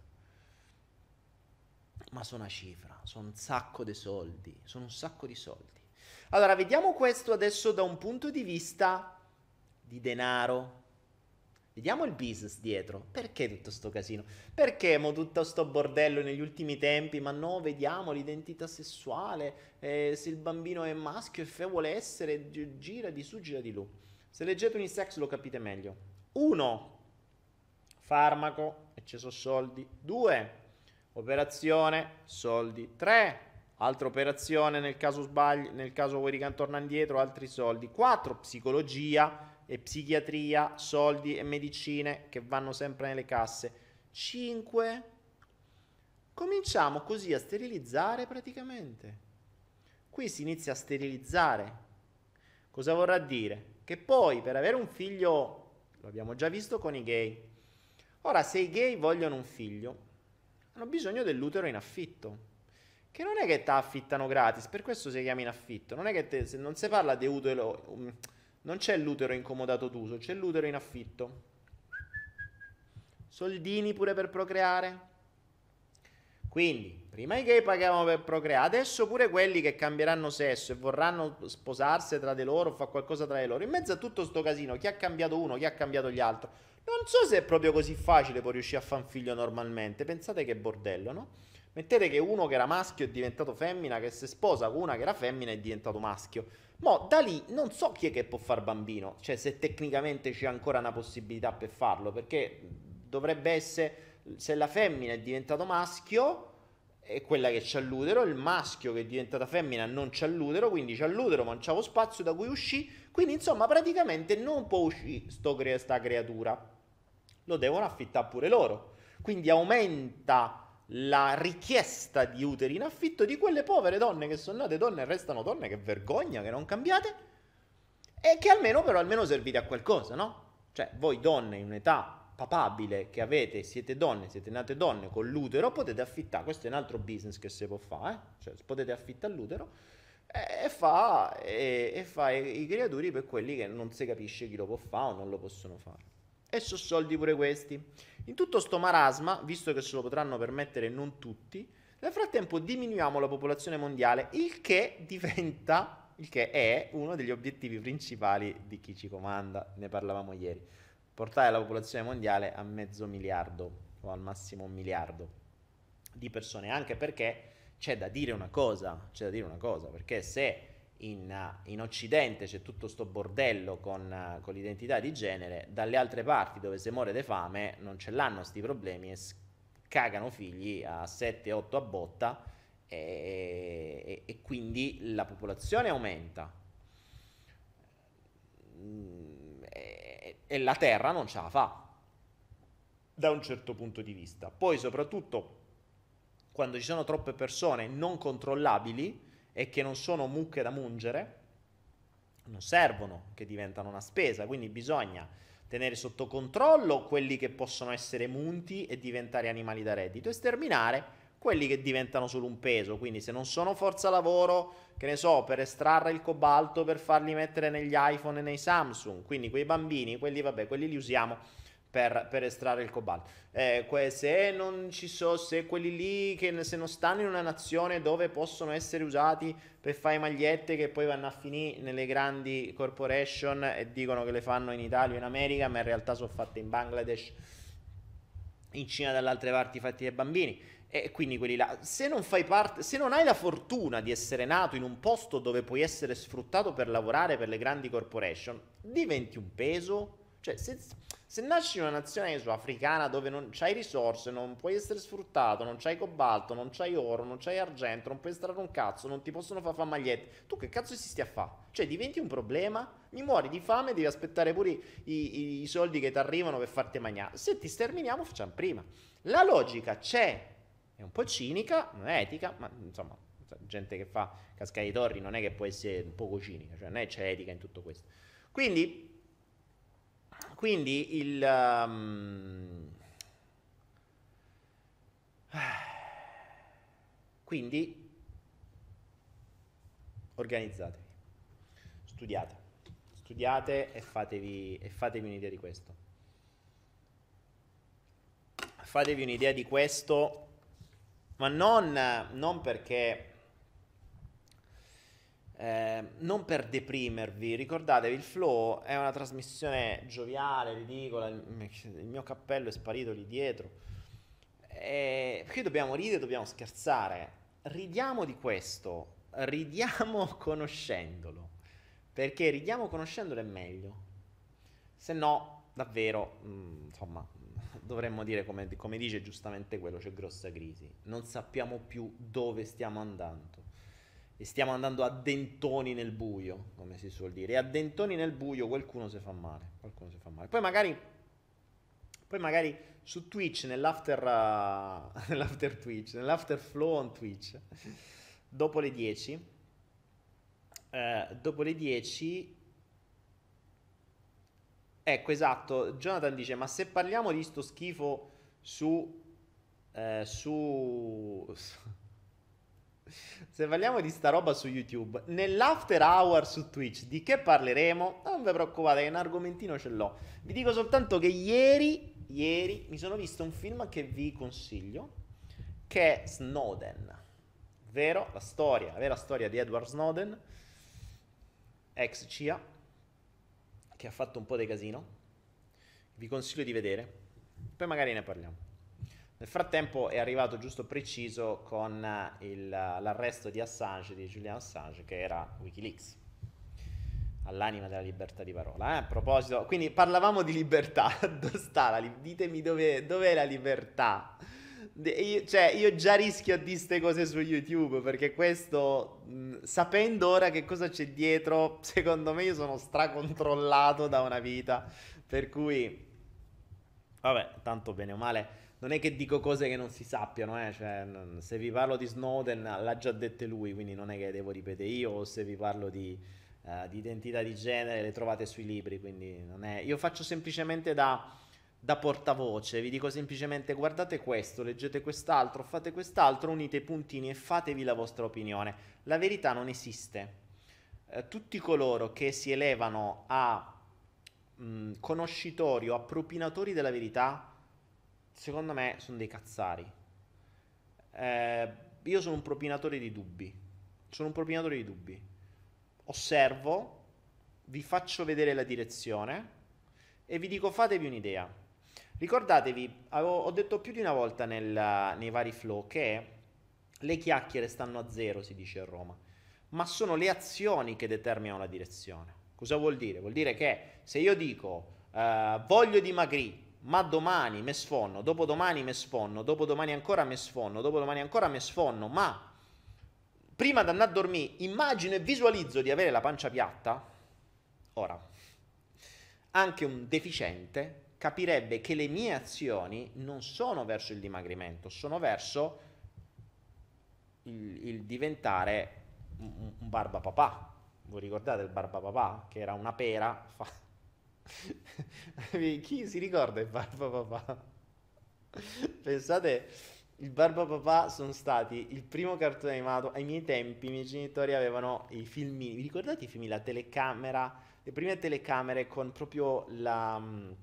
Ma sono una cifra, sono un sacco di soldi, sono un sacco di soldi. Allora, vediamo questo adesso da un punto di vista di denaro. Vediamo il business dietro. Perché tutto sto casino? Perché mo tutto sto bordello negli ultimi tempi? Ma no, vediamo l'identità sessuale, eh, se il bambino è maschio e fe vuole essere, gi- gira di su, gira di lu. Se leggete Unisex lo capite meglio. Uno, farmaco, e ci sono soldi. Due, operazione, soldi. Tre, altra operazione nel caso sbagli, nel caso vuoi ritornare indietro, altri soldi. Quattro, psicologia e psichiatria, soldi e medicine che vanno sempre nelle casse. Cinque, cominciamo così a sterilizzare praticamente. Qui si inizia a sterilizzare. Cosa vorrà dire? Che poi per avere un figlio, lo abbiamo già visto con i gay, ora se i gay vogliono un figlio hanno bisogno dell'utero in affitto, che non è che ti affittano gratis, per questo si chiama in affitto. Non è che te, se non si parla di utero, um, non c'è l'utero incomodato d'uso, c'è l'utero in affitto. Soldini pure per procreare. Quindi, prima i gay pagavano per procreare, adesso pure quelli che cambieranno sesso e vorranno sposarsi tra di loro, fare qualcosa tra di loro. In mezzo a tutto sto casino, chi ha cambiato uno, chi ha cambiato gli altri. Non so se è proprio così facile poi riuscire a fare un figlio normalmente. Pensate che bordello, no? Mettete che uno che era maschio è diventato femmina, che si sposa con una che era femmina è diventato maschio. Mo da lì non so chi è che può far bambino, cioè se tecnicamente c'è ancora una possibilità per farlo, perché dovrebbe essere, se la femmina è diventato maschio è quella che c'ha l'utero, il maschio che è diventata femmina non c'ha l'utero, quindi c'ha l'utero ma non c'ha lo spazio da cui uscì, quindi insomma praticamente non può uscire sto cre- sta creatura, lo devono affittare pure loro, quindi aumenta la richiesta di uteri in affitto di quelle povere donne che sono nate donne e restano donne, che vergogna che non cambiate, e che almeno però almeno servite a qualcosa, no? Cioè voi donne in un'età papabile che avete, siete donne, siete nate donne con l'utero, potete affittare, questo è un altro business che si può fare, eh? Cioè potete affittare l'utero e fa, e, e fa i, i creaturi per quelli che non si capisce chi lo può fare o non lo possono fare. E sono soldi pure questi. In tutto sto marasma, visto che se lo potranno permettere non tutti, nel frattempo diminuiamo la popolazione mondiale, il che diventa, il che è uno degli obiettivi principali di chi ci comanda, ne parlavamo ieri, portare la popolazione mondiale a mezzo miliardo o al massimo un miliardo di persone, anche perché c'è da dire una cosa, c'è da dire una cosa, perché se In, in Occidente c'è tutto sto bordello con, con l'identità di genere, dalle altre parti dove si muore di fame non ce l'hanno sti problemi e cagano figli a sette otto a botta e, e, e quindi la popolazione aumenta e, e la terra non ce la fa da un certo punto di vista. Poi soprattutto quando ci sono troppe persone non controllabili e che non sono mucche da mungere, non servono, che diventano una spesa, quindi bisogna tenere sotto controllo quelli che possono essere munti e diventare animali da reddito e sterminare quelli che diventano solo un peso, quindi se non sono forza lavoro, che ne so, per estrarre il cobalto per farli mettere negli iPhone e nei Samsung, quindi quei bambini, quelli vabbè, quelli li usiamo Per, per estrarre il cobalto. Eh, que- se non ci sono, se quelli lì che se non stanno in una nazione dove possono essere usati per fare magliette che poi vanno a finire nelle grandi corporation e dicono che le fanno in Italia o in America, ma in realtà sono fatte in Bangladesh, in Cina, dalle altre parti fatti dai bambini. E quindi quelli là, se non fai parte, se non hai la fortuna di essere nato in un posto dove puoi essere sfruttato per lavorare per le grandi corporation, diventi un peso. Cioè, se, se nasci in una nazione so, africana dove non c'hai risorse, non puoi essere sfruttato, non c'hai cobalto, non c'hai oro, non c'hai argento, non puoi estrarre un cazzo, non ti possono far fare magliette, tu che cazzo si stia a fare? Cioè, diventi un problema, mi muori di fame, devi aspettare pure i, i, i soldi che ti arrivano per farti mangiare. Se ti sterminiamo, facciamo prima. La logica c'è. È un po' cinica, non è etica, ma insomma, gente che fa cascate di torri non è che può essere un poco cinica, cioè non è c'è etica in tutto questo. Quindi, quindi il... Um, quindi organizzatevi, studiate, studiate e fatevi, e fatevi un'idea di questo. Fatevi un'idea di questo. Ma non, non perché, eh, non per deprimervi, ricordatevi, il Flow è una trasmissione gioviale, ridicola, il, il mio cappello è sparito lì dietro, e qui dobbiamo ridere, dobbiamo scherzare, ridiamo di questo, ridiamo conoscendolo, perché ridiamo conoscendolo è meglio, se no, davvero, mh, insomma... dovremmo dire, come, come dice giustamente quello, c'è grossa crisi, non sappiamo più dove stiamo andando e stiamo andando a dentoni nel buio, come si suol dire, e a dentoni nel buio qualcuno si fa male, qualcuno si fa male. Poi magari, poi magari su Twitch, nell'after, uh, nell'after Twitch, nell'after flow on Twitch, dopo le dieci, eh, dopo le dieci... Ecco, esatto, Jonathan dice, ma se parliamo di sto schifo su, eh, su, se parliamo di sta roba su YouTube, nell'after hour su Twitch, di che parleremo? Non vi preoccupate, che un argomentino ce l'ho. Vi dico soltanto che ieri, ieri, mi sono visto un film che vi consiglio, che è Snowden, vero? La storia, la vera storia di Edward Snowden, ex C I A, che ha fatto un po' di casino, vi consiglio di vedere, poi magari ne parliamo. Nel frattempo è arrivato giusto preciso con il, l'arresto di Assange, di Julian Assange, che era Wikileaks, all'anima della libertà di parola. Eh? A proposito, quindi parlavamo di libertà, dove sta la libertà? Ditemi dove, dov'è la libertà? Io, cioè, io già rischio a dire queste cose su YouTube, perché questo, mh, sapendo ora che cosa c'è dietro, secondo me io sono stracontrollato da una vita, per cui, vabbè, tanto bene o male, non è che dico cose che non si sappiano, eh? Cioè, se vi parlo di Snowden l'ha già dette lui, quindi non è che devo ripetere io, o se vi parlo di, uh, di identità di genere le trovate sui libri, quindi non è... Io faccio semplicemente da... da portavoce, vi dico semplicemente guardate questo, leggete quest'altro, fate quest'altro, unite i puntini e fatevi la vostra opinione. La verità non esiste. Eh, tutti coloro che si elevano a mh, conoscitori o a propinatori della verità, secondo me sono dei cazzari. Eh, io sono un propinatore di dubbi, sono un propinatore di dubbi. Osservo, vi faccio vedere la direzione e vi dico fatevi un'idea. Ricordatevi, avevo, ho detto più di una volta nel, nei vari flow che le chiacchiere stanno a zero, si dice a Roma, ma sono le azioni che determinano la direzione. Cosa vuol dire? Vuol dire che se io dico uh, voglio dimagrire, ma domani me sfonno, dopodomani me sfonno, dopodomani ancora me sfonno, dopodomani ancora me sfonno, ma prima di andare a dormire immagino e visualizzo di avere la pancia piatta, ora, anche un deficiente capirebbe che le mie azioni non sono verso il dimagrimento, sono verso il, il diventare un, un barbapapà. Voi ricordate il barbapapà? Che era una pera? Fa... Chi si ricorda il barbapapà? Pensate, il barbapapà sono stati il primo cartone animato. Ai miei tempi i miei genitori avevano i filmini. Vi ricordate i film? La telecamera, le prime telecamere con proprio la...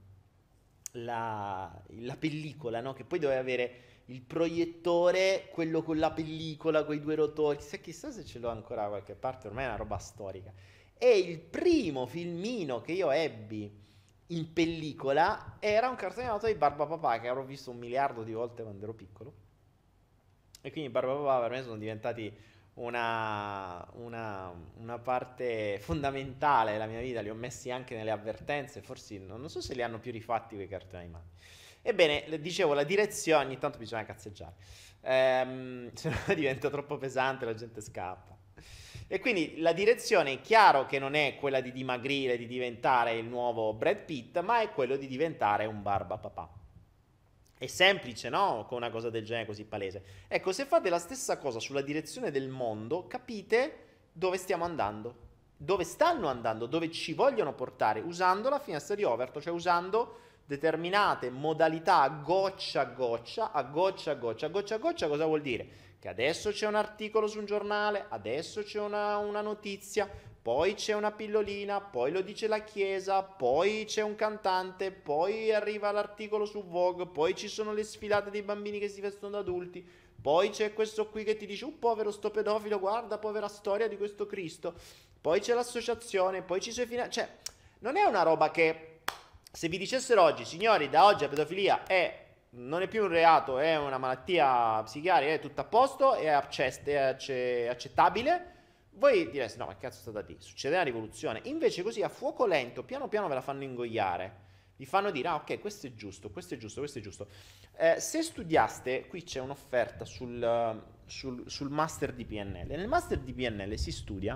La, la pellicola, no? Che poi doveva avere il proiettore, quello con la pellicola, con i due rotori. Chissà, chissà se ce l'ho ancora da qualche parte, ormai è una roba storica. E il primo filmino che io ebbi in pellicola era un cartone animato di Barbapapà, che avrò visto un miliardo di volte quando ero piccolo. E quindi Barba Papà per me sono diventati una, una, una parte fondamentale della mia vita, li ho messi anche nelle avvertenze, forse non, non so se li hanno più rifatti quei cartoni animati. Ebbene, le- dicevo, la direzione, ogni tanto bisogna cazzeggiare, ehm, se no diventa troppo pesante, la gente scappa. E quindi la direzione è chiaro che non è quella di dimagrire, di diventare il nuovo Brad Pitt, ma è quello di diventare un Barba Papà. È semplice, no? Con una cosa del genere così palese. Ecco, se fate la stessa cosa sulla direzione del mondo, capite dove stiamo andando, dove stanno andando, dove ci vogliono portare, usando la finestra di Overton, cioè usando determinate modalità a goccia a goccia, a goccia a goccia, a goccia a goccia. Cosa vuol dire? Che adesso c'è un articolo su un giornale, adesso c'è una, una notizia, poi c'è una pillolina, poi lo dice la chiesa, poi c'è un cantante, poi arriva l'articolo su Vogue, poi ci sono le sfilate dei bambini che si vestono da adulti, poi c'è questo qui che ti dice, oh povero sto pedofilo, guarda povera storia di questo Cristo, poi c'è l'associazione, poi ci sono i finanziamenti, cioè non è una roba che se vi dicessero oggi, signori, da oggi la pedofilia è, non è più un reato, è una malattia psichiatrica, è tutto a posto, è, access- è acce- accettabile, voi direste, no, ma che cazzo sta da dire? Succede una rivoluzione. Invece così a fuoco lento, piano piano ve la fanno ingoiare. Vi fanno dire, ah ok, questo è giusto, questo è giusto, questo è giusto. Eh, se studiaste, qui c'è un'offerta sul, sul, sul master di P N L. Nel master di P N L si studia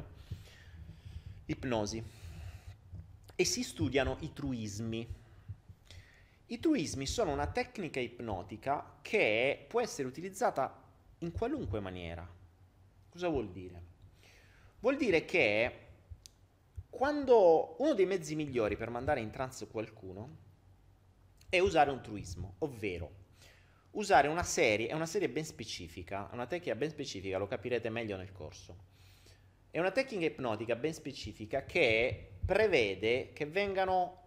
ipnosi e si studiano i truismi. I truismi sono una tecnica ipnotica che può essere utilizzata in qualunque maniera. Cosa vuol dire? Vuol dire che quando uno dei mezzi migliori per mandare in trance qualcuno è usare un truismo, ovvero usare una serie, è una serie ben specifica, una tecnica ben specifica, lo capirete meglio nel corso. È una tecnica ipnotica ben specifica che prevede che vengano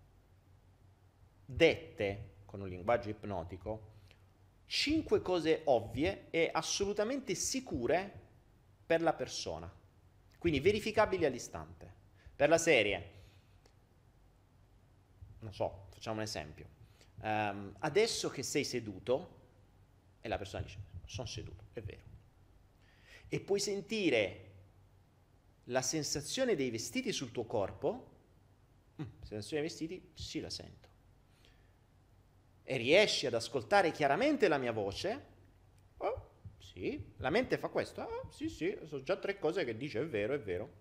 dette con un linguaggio ipnotico cinque cose ovvie e assolutamente sicure per la persona, quindi verificabili all'istante. Per la serie, non so, facciamo un esempio. Um, adesso che sei seduto, e la persona dice, sono seduto, è vero. E puoi sentire la sensazione dei vestiti sul tuo corpo, mm, sensazione dei vestiti, sì, la sento. E riesci ad ascoltare chiaramente la mia voce, oh, sì, la mente fa questo, ah, sì, sì, sono già tre cose che dice, è vero, è vero.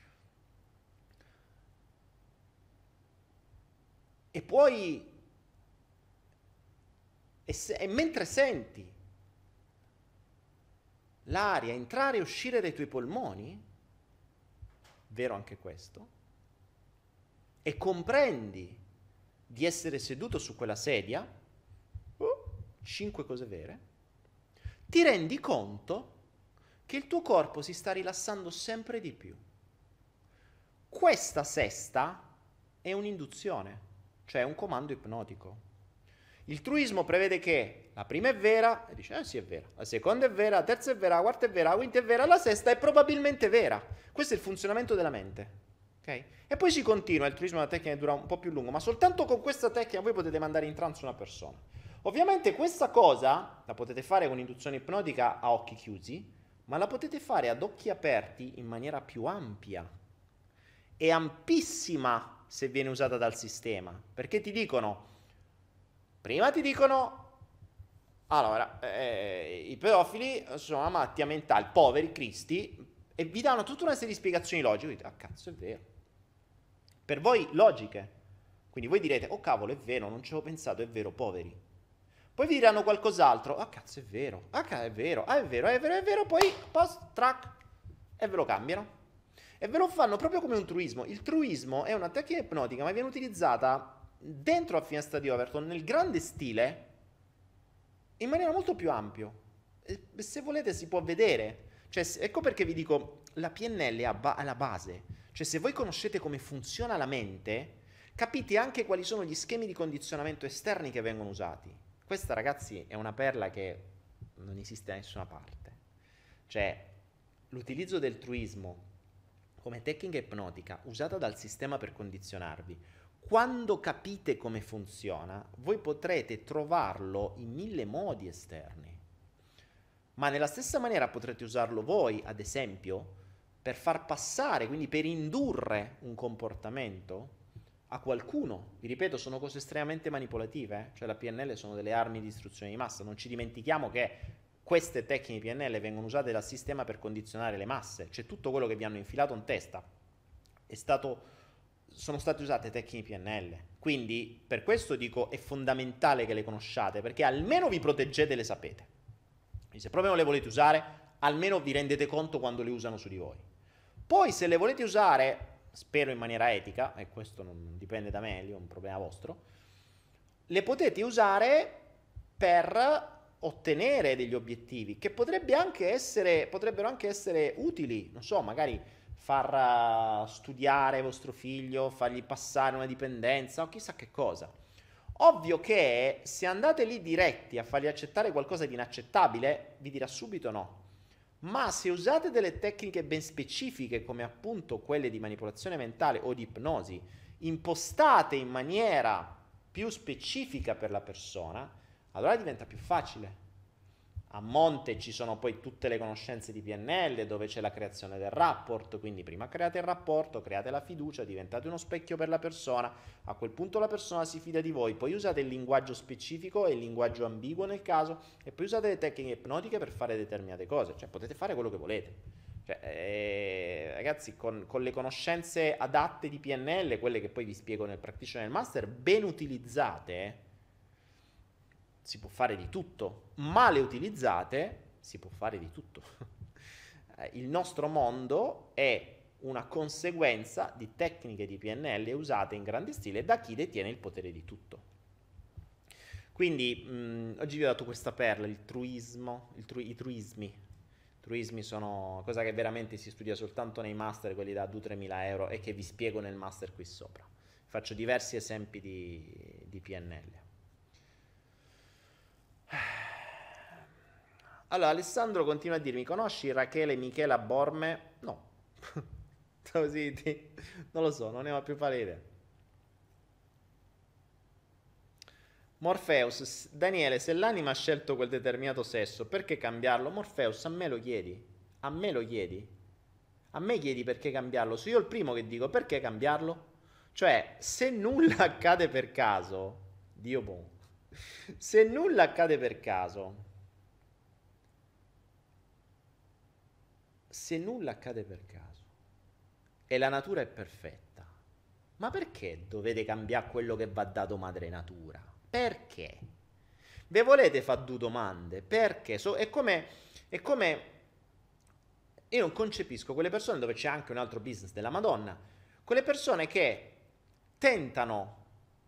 E poi, e, se, e mentre senti l'aria entrare e uscire dai tuoi polmoni, vero anche questo, e comprendi di essere seduto su quella sedia, oh, cinque cose vere, ti rendi conto che il tuo corpo si sta rilassando sempre di più. Questa sesta è un'induzione, cioè un comando ipnotico. Il truismo prevede che la prima è vera, e dice, eh sì è vera, la seconda è vera, la terza è vera, la quarta è vera, la quinta è vera, la sesta è probabilmente vera. Questo è il funzionamento della mente. Okay? E poi si continua, il truismo è una tecnica che dura un po' più lungo, ma soltanto con questa tecnica voi potete mandare in trance una persona. Ovviamente questa cosa la potete fare con induzione ipnotica a occhi chiusi, ma la potete fare ad occhi aperti in maniera più ampia e ampissima se viene usata dal sistema, perché ti dicono, prima ti dicono, allora, eh, i pedofili sono una malattia mentale, poveri cristi, e vi danno tutta una serie di spiegazioni logiche, dite, ah cazzo è vero, per voi logiche, quindi voi direte, oh cavolo è vero, non ci avevo pensato, è vero, poveri. Poi vi diranno qualcos'altro, ah cazzo è vero, ah è vero, ah è vero, è vero, è vero, poi post, track, e ve lo cambiano. E ve lo fanno proprio come un truismo. Il truismo è una tecnica ipnotica, ma viene utilizzata dentro la finestra di Overton nel grande stile, in maniera molto più ampia. E se volete si può vedere. Cioè, ecco perché vi dico, la P N L è alla base. Cioè, se voi conoscete come funziona la mente, capite anche quali sono gli schemi di condizionamento esterni che vengono usati. Questa, ragazzi, è una perla che non esiste da nessuna parte. Cioè, l'utilizzo del truismo come tecnica ipnotica usata dal sistema per condizionarvi, quando capite come funziona, voi potrete trovarlo in mille modi esterni. ma nella stessa maniera potrete usarlo voi, ad esempio, per far passare, quindi per indurre un comportamento a qualcuno. Vi ripeto, sono cose estremamente manipolative, eh? Cioè la P N L sono delle armi di distruzione di massa. Non ci dimentichiamo che queste tecniche P N L vengono usate dal sistema per condizionare le masse. Cioè tutto quello che vi hanno infilato in testa è stato, sono state usate tecniche P N L. Quindi per questo dico è fondamentale che le conosciate, perché almeno vi proteggete e le sapete. Quindi se proprio non le volete usare, almeno vi rendete conto quando le usano su di voi. Poi se le volete usare, spero in maniera etica, e questo non dipende da me, è un problema vostro, le potete usare per ottenere degli obiettivi che potrebbe anche essere, potrebbero anche essere utili, non so, magari far uh, studiare vostro figlio, fargli passare una dipendenza o chissà che cosa. Ovvio che se andate lì diretti a fargli accettare qualcosa di inaccettabile, vi dirà subito no. Ma se usate delle tecniche ben specifiche come appunto quelle di manipolazione mentale o di ipnosi, impostate in maniera più specifica per la persona, allora diventa più facile. A monte ci sono poi tutte le conoscenze di P N L dove c'è la creazione del rapport, quindi prima create il rapporto, create la fiducia, diventate uno specchio per la persona, a quel punto la persona si fida di voi, poi usate il linguaggio specifico e il linguaggio ambiguo nel caso e poi usate le tecniche ipnotiche per fare determinate cose, cioè potete fare quello che volete. Cioè, eh, ragazzi, con, con le conoscenze adatte di P N L, quelle che poi vi spiego nel Practitioner Master, ben utilizzate, eh, si può fare di tutto, male utilizzate si può fare di tutto. Il nostro mondo è una conseguenza di tecniche di P N L usate in grande stile da chi detiene il potere di tutto. Quindi mh, oggi vi ho dato questa perla, il truismo, il tru- i truismi. I truismi sono cosa che veramente si studia soltanto nei master, quelli da due tre mila euro, e che vi spiego nel master qui sopra. Faccio diversi esempi di, di P N L. Allora Alessandro continua a dirmi: conosci Rachele Michela Borme? No. Così ti... non lo so, non ne ho più pari idea. Morpheus, Daniele, se l'anima ha scelto quel determinato sesso, perché cambiarlo? Morpheus, a me lo chiedi? A me lo chiedi? A me chiedi perché cambiarlo? Sono io il primo che dico perché cambiarlo? Cioè, se nulla accade per caso, Dio buono. Se nulla accade per caso, se nulla accade per caso e la natura è perfetta, ma perché dovete cambiare quello che va dato madre natura? Perché? Ve volete fare due domande? Perché? So, è come, è come, io non concepisco quelle persone dove c'è anche un altro business della Madonna, quelle persone che tentano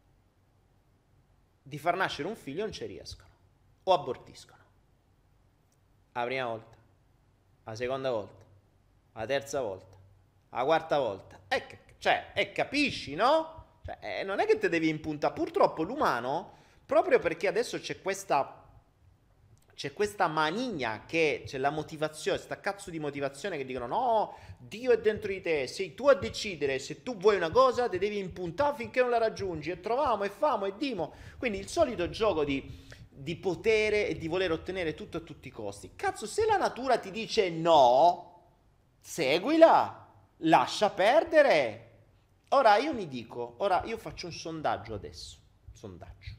di far nascere un figlio e non ci riescono, o abortiscono. La prima volta, la seconda volta, la terza volta, la quarta volta. E che, cioè, e capisci, no? Cioè, eh, non è che te devi impuntare. Purtroppo l'umano, proprio perché adesso c'è questa, c'è questa manigna, che c'è la motivazione, sta cazzo di motivazione che dicono no, Dio è dentro di te, sei tu a decidere, se tu vuoi una cosa te devi impuntare finché non la raggiungi, e troviamo e famo e dimo. Quindi il solito gioco di, di potere e di voler ottenere tutto a tutti i costi. Cazzo, se la natura ti dice no, seguila, lascia perdere. Ora io mi dico, ora io faccio un sondaggio adesso, sondaggio.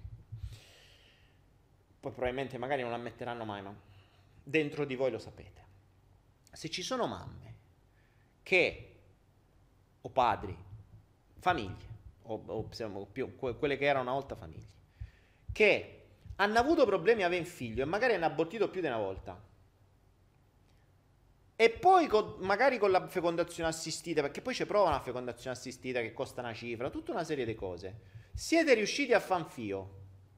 Poi probabilmente magari non ammetteranno mai, ma dentro di voi lo sapete. Se ci sono mamme che, o padri, famiglie, o, o più, quelle che erano una volta famiglie, che hanno avuto problemi a avere un figlio e magari hanno abortito più di una volta, e poi con, magari con la fecondazione assistita, perché poi ci prova una fecondazione assistita che costa una cifra, tutta una serie di cose, siete riusciti a fan fio.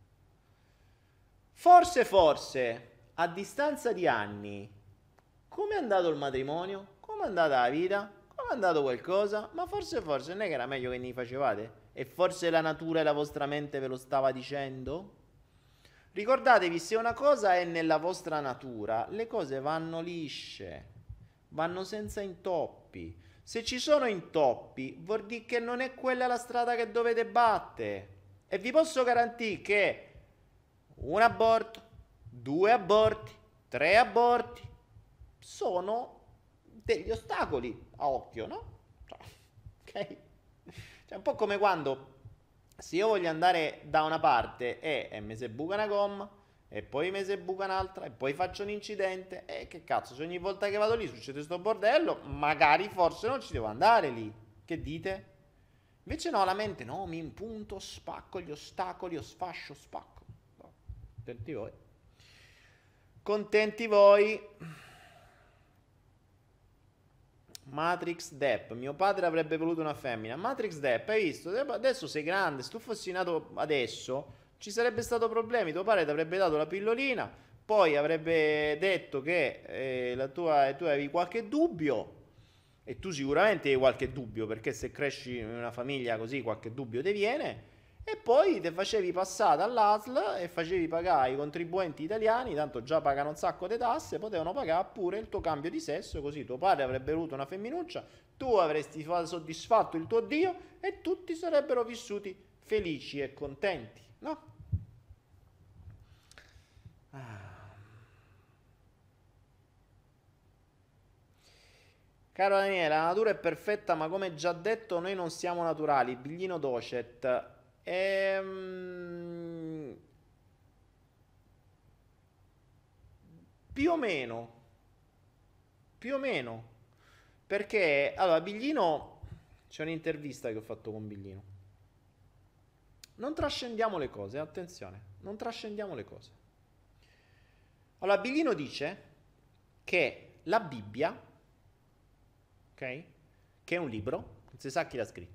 Forse, forse, a distanza di anni, come è andato il matrimonio? Come è andata la vita? Come è andato qualcosa? Ma forse, forse, non è che era meglio che ne facevate? E forse la natura e la vostra mente ve lo stava dicendo? Ricordatevi, se una cosa è nella vostra natura, le cose vanno lisce, vanno senza intoppi. Se ci sono intoppi, vuol dire che non è quella la strada che dovete battere. E vi posso garantire che un aborto, due aborti, tre aborti sono degli ostacoli a occhio, no? Ok? Cioè, è un po' come quando se io voglio andare da una parte e, e mi si buca una gomma, e poi mi si buca un'altra, e poi faccio un incidente, e che cazzo, se ogni volta che vado lì succede sto bordello, magari forse non ci devo andare lì. Che dite? Invece no, la mente, no, mi impunto, spacco gli ostacoli, o sfascio, spacco. No, contenti voi. Contenti voi. Matrix Depp, mio padre avrebbe voluto una femmina. Matrix Depp, hai visto? Adesso sei grande, se tu fossi nato adesso ci sarebbe stato problemi, tuo padre ti avrebbe dato la pillolina, poi avrebbe detto che eh, la tua, tu avevi qualche dubbio, e tu sicuramente hai qualche dubbio, perché se cresci in una famiglia così qualche dubbio ti viene, e poi ti facevi passare all'A S L e facevi pagare i contribuenti italiani, tanto già pagano un sacco di tasse, potevano pagare pure il tuo cambio di sesso, così tuo padre avrebbe avuto una femminuccia, tu avresti soddisfatto il tuo Dio e tutti sarebbero vissuti felici e contenti, no? Ah. Caro Daniele, la natura è perfetta, ma come già detto noi non siamo naturali. Biglino Docet. Ehm... Più o meno. Più o meno. Perché, allora, Biglino... C'è un'intervista che ho fatto con Biglino. Non trascendiamo le cose, attenzione. Non trascendiamo le cose. Allora, Biglino dice che la Bibbia, ok? Che è un libro, non si sa chi l'ha scritto,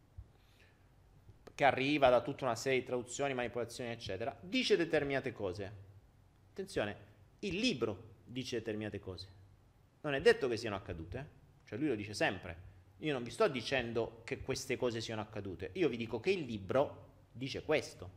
che arriva da tutta una serie di traduzioni, manipolazioni, eccetera, dice determinate cose. Attenzione, il libro dice determinate cose. Non è detto che siano accadute, eh? Cioè lui lo dice sempre. Io non vi sto dicendo che queste cose siano accadute, io vi dico che il libro dice questo.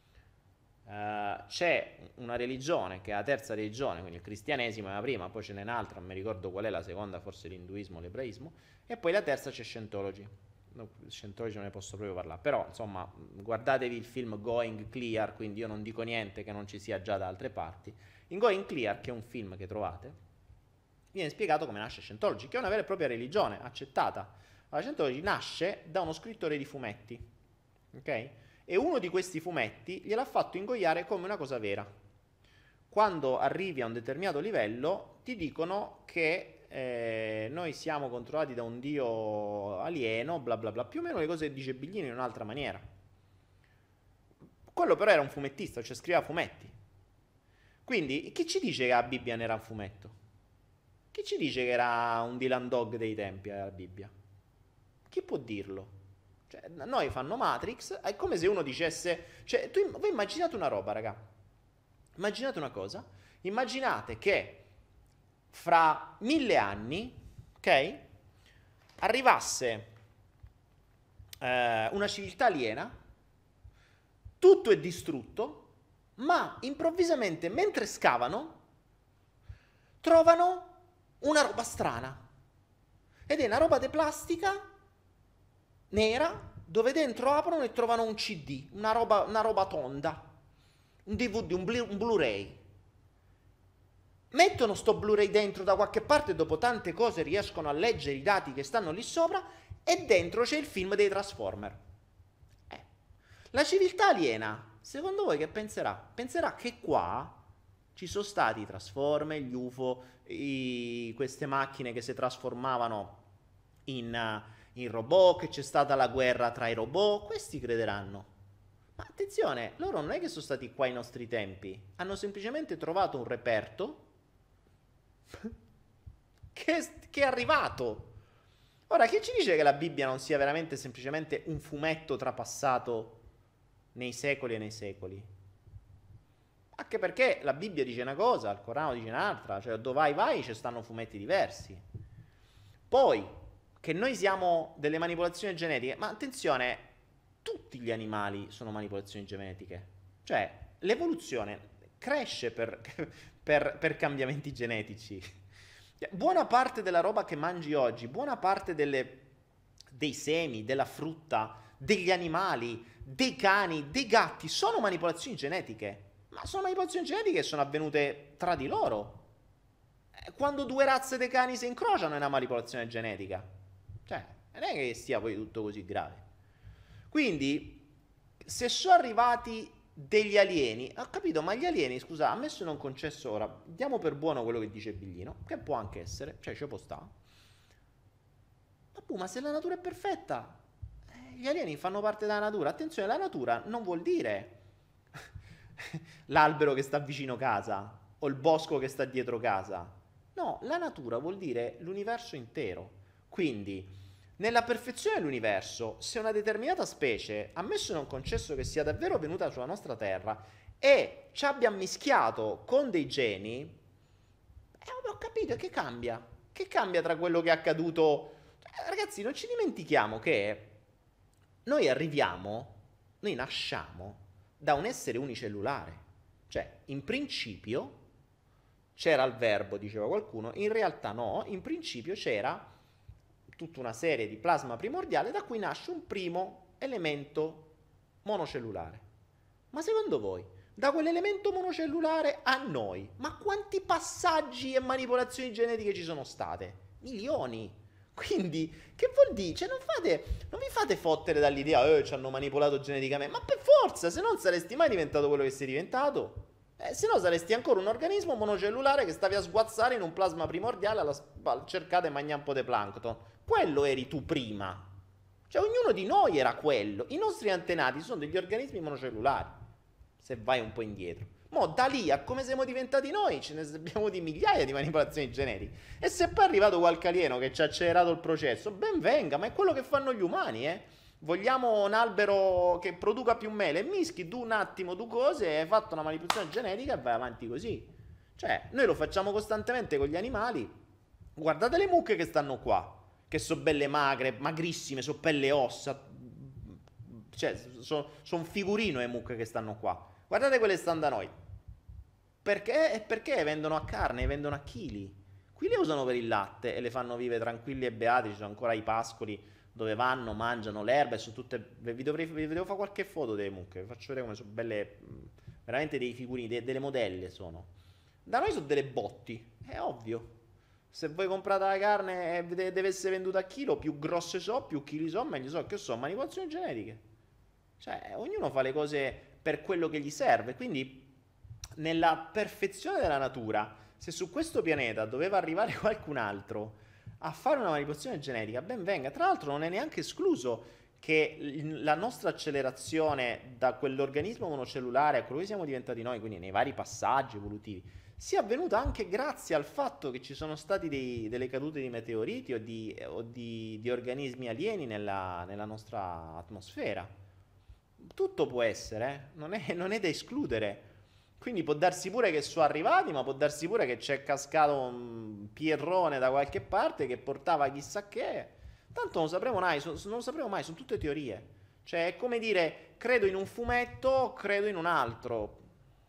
Uh, c'è una religione che è la terza religione, quindi il cristianesimo è la prima, poi ce n'è un'altra, non mi ricordo qual è la seconda, forse l'induismo o l'ebraismo, e poi la terza c'è Scientology. No, Scientology non ne posso proprio parlare, però insomma guardatevi il film Going Clear, quindi io non dico niente che non ci sia già da altre parti. In Going Clear, che è un film che trovate, viene spiegato come nasce Scientology, che è una vera e propria religione accettata. La Scientology nasce da uno scrittore di fumetti, ok? E uno di questi fumetti gliel'ha fatto ingoiare come una cosa vera. Quando arrivi a un determinato livello ti dicono che eh, noi siamo controllati da un dio alieno, bla bla bla, più o meno le cose che dice Biglino in un'altra maniera. Quello però era un fumettista, cioè scriveva fumetti. Quindi chi ci dice che la Bibbia non era un fumetto? Chi ci dice che era un Dylan Dog dei tempi la Bibbia? Chi può dirlo? Cioè, noi fanno Matrix, è come se uno dicesse... Cioè, tu, voi immaginate una roba, raga. Immaginate una cosa. Immaginate che fra mille anni, ok, arrivasse eh, una civiltà aliena, tutto è distrutto, ma improvvisamente, mentre scavano, trovano una roba strana. Ed è una roba di plastica nera, dove dentro aprono e trovano un C D, una roba, una roba tonda, un D V D, un, blu, un Blu-ray. Mettono sto Blu-ray dentro da qualche parte e dopo tante cose riescono a leggere i dati che stanno lì sopra e dentro c'è il film dei Transformer. Eh. La civiltà aliena, secondo voi che penserà? Penserà che qua ci sono stati i Transformer, gli U F O, i, queste macchine che si trasformavano in... Uh, in robot, che c'è stata la guerra tra i robot, questi crederanno. Ma attenzione, loro non è che sono stati qua ai nostri tempi, hanno semplicemente trovato un reperto che, che è arrivato. Ora, chi ci dice che la Bibbia non sia veramente semplicemente un fumetto trapassato nei secoli e nei secoli? Anche perché la Bibbia dice una cosa, il Corano dice un'altra, cioè dove vai vai ci stanno fumetti diversi. Poi che noi siamo delle manipolazioni genetiche, ma attenzione, tutti gli animali sono manipolazioni genetiche, cioè l'evoluzione cresce per, per, per cambiamenti genetici. Buona parte della roba che mangi oggi, buona parte delle, dei semi, della frutta, degli animali, dei cani, dei gatti, sono manipolazioni genetiche, ma sono manipolazioni genetiche che sono avvenute tra di loro. Quando due razze di cani si incrociano è una manipolazione genetica. Cioè, non è che sia poi tutto così grave. Quindi, se sono arrivati degli alieni, ho capito, ma gli alieni, scusa, ammesso e non concesso ora, diamo per buono quello che dice Biglino, che può anche essere, cioè ci può stare. Ma, boh, ma se la natura è perfetta, eh, gli alieni fanno parte della natura. Attenzione, la natura non vuol dire l'albero che sta vicino casa o il bosco che sta dietro casa. No, la natura vuol dire l'universo intero. Quindi, nella perfezione dell'universo, se una determinata specie, ammesso e non concesso che sia davvero venuta sulla nostra Terra, e ci abbia mischiato con dei geni, eh, ho capito, che cambia? Che cambia tra quello che è accaduto? Eh, ragazzi, non ci dimentichiamo che noi arriviamo, noi nasciamo da un essere unicellulare. Cioè, in principio c'era il verbo, diceva qualcuno, in realtà no, in principio c'era tutta una serie di plasma primordiale da cui nasce un primo elemento monocellulare. Ma secondo voi, da quell'elemento monocellulare a noi, ma quanti passaggi e manipolazioni genetiche ci sono state? Milioni. Quindi, che vuol dire? Cioè, non fate, non vi fate fottere dall'idea, eh, ci hanno manipolato geneticamente, ma per forza, se non saresti mai diventato quello che sei diventato. Eh, se no saresti ancora un organismo monocellulare che stavi a sguazzare in un plasma primordiale alla sp- cercata e mangiare un po' di plancton. Quello eri tu prima. Cioè, ognuno di noi era quello. I nostri antenati sono degli organismi monocellulari, se vai un po' indietro. Mo da lì a come siamo diventati noi ce ne abbiamo di migliaia di manipolazioni genetiche. E se poi è arrivato qualche alieno che ci ha accelerato il processo, ben venga, ma è quello che fanno gli umani, eh. Vogliamo un albero che produca più mele, mischi tu un attimo due cose, hai fatto una manipolazione genetica e vai avanti così. Cioè, noi lo facciamo costantemente con gli animali. Guardate le mucche che stanno qua, che sono belle magre, magrissime, sono pelle e ossa. Cioè, sono son figurino le mucche che stanno qua. Guardate quelle che stanno da noi. Perché? E perché vendono a carne, vendono a chili. Qui le usano per il latte e le fanno vivere tranquilli e beati. Ci sono ancora i pascoli dove vanno, mangiano l'erba e sono tutte... Vi, dovrei, vi devo fare qualche foto delle mucche. Vi faccio vedere come sono belle... Veramente dei figurini, de, delle modelle sono. Da noi sono delle botti. È ovvio. Se voi comprate la carne e deve essere venduta a chilo, più grosse so, più chili so, meglio so. Che so, manipolazioni genetiche. Cioè, ognuno fa le cose per quello che gli serve. Quindi, nella perfezione della natura, se su questo pianeta doveva arrivare qualcun altro a fare una manipolazione genetica, ben venga. Tra l'altro non è neanche escluso che la nostra accelerazione da quell'organismo monocellulare a quello che siamo diventati noi, quindi nei vari passaggi evolutivi, sia avvenuta anche grazie al fatto che ci sono stati dei, delle cadute di meteoriti o di, o di, di organismi alieni nella, nella nostra atmosfera. Tutto può essere, eh? non, è, non è da escludere. Quindi può darsi pure che sono arrivati, ma può darsi pure che c'è cascato un pierrone da qualche parte che portava chissà che. Tanto non sapremo mai, non lo sapremo mai, sono tutte teorie. Cioè è come dire, credo in un fumetto, credo in un altro.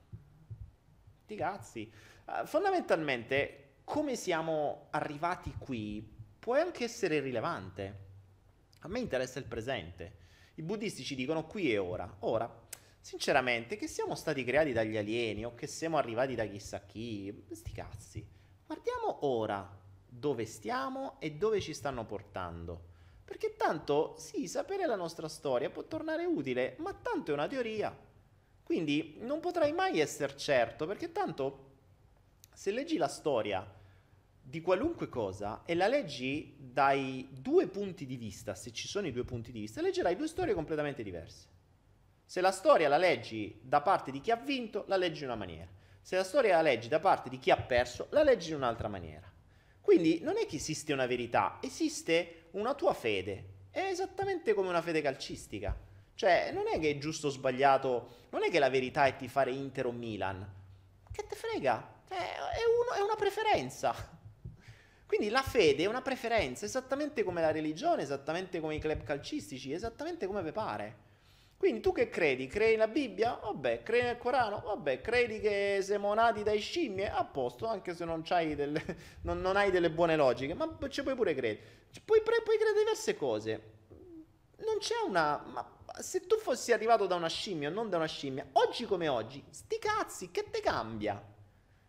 Sti cazzi. Uh, fondamentalmente, come siamo arrivati qui può anche essere irrilevante. A me interessa il presente. I buddisti ci dicono qui e ora. Ora. Sinceramente, che siamo stati creati dagli alieni o che siamo arrivati da chissà chi, sti cazzi. Guardiamo ora dove stiamo e dove ci stanno portando. Perché tanto, sì, sapere la nostra storia può tornare utile, ma tanto è una teoria. Quindi non potrai mai essere certo, perché tanto se leggi la storia di qualunque cosa e la leggi dai due punti di vista, se ci sono i due punti di vista, leggerai due storie completamente diverse. Se la storia la leggi da parte di chi ha vinto, la leggi in una maniera. Se la storia la leggi da parte di chi ha perso, la leggi in un'altra maniera. Quindi non è che esiste una verità, esiste una tua fede. È esattamente come una fede calcistica. Cioè, non è che è giusto o sbagliato, non è che la verità è tifare Inter o Milan. Che te frega? È, è, uno, è una preferenza. Quindi la fede è una preferenza, esattamente come la religione, esattamente come i club calcistici, esattamente come vi pare. Quindi tu che credi? Credi nella Bibbia? Vabbè, credi nel Corano? Vabbè, credi che siamo nati dai scimmie? A posto, anche se non, c'hai delle, non, non hai delle buone logiche, ma ci puoi pure credere. Puoi, puoi credere diverse cose. Non c'è una... Ma se tu fossi arrivato da una scimmia o non da una scimmia, oggi come oggi, sti cazzi, che te cambia?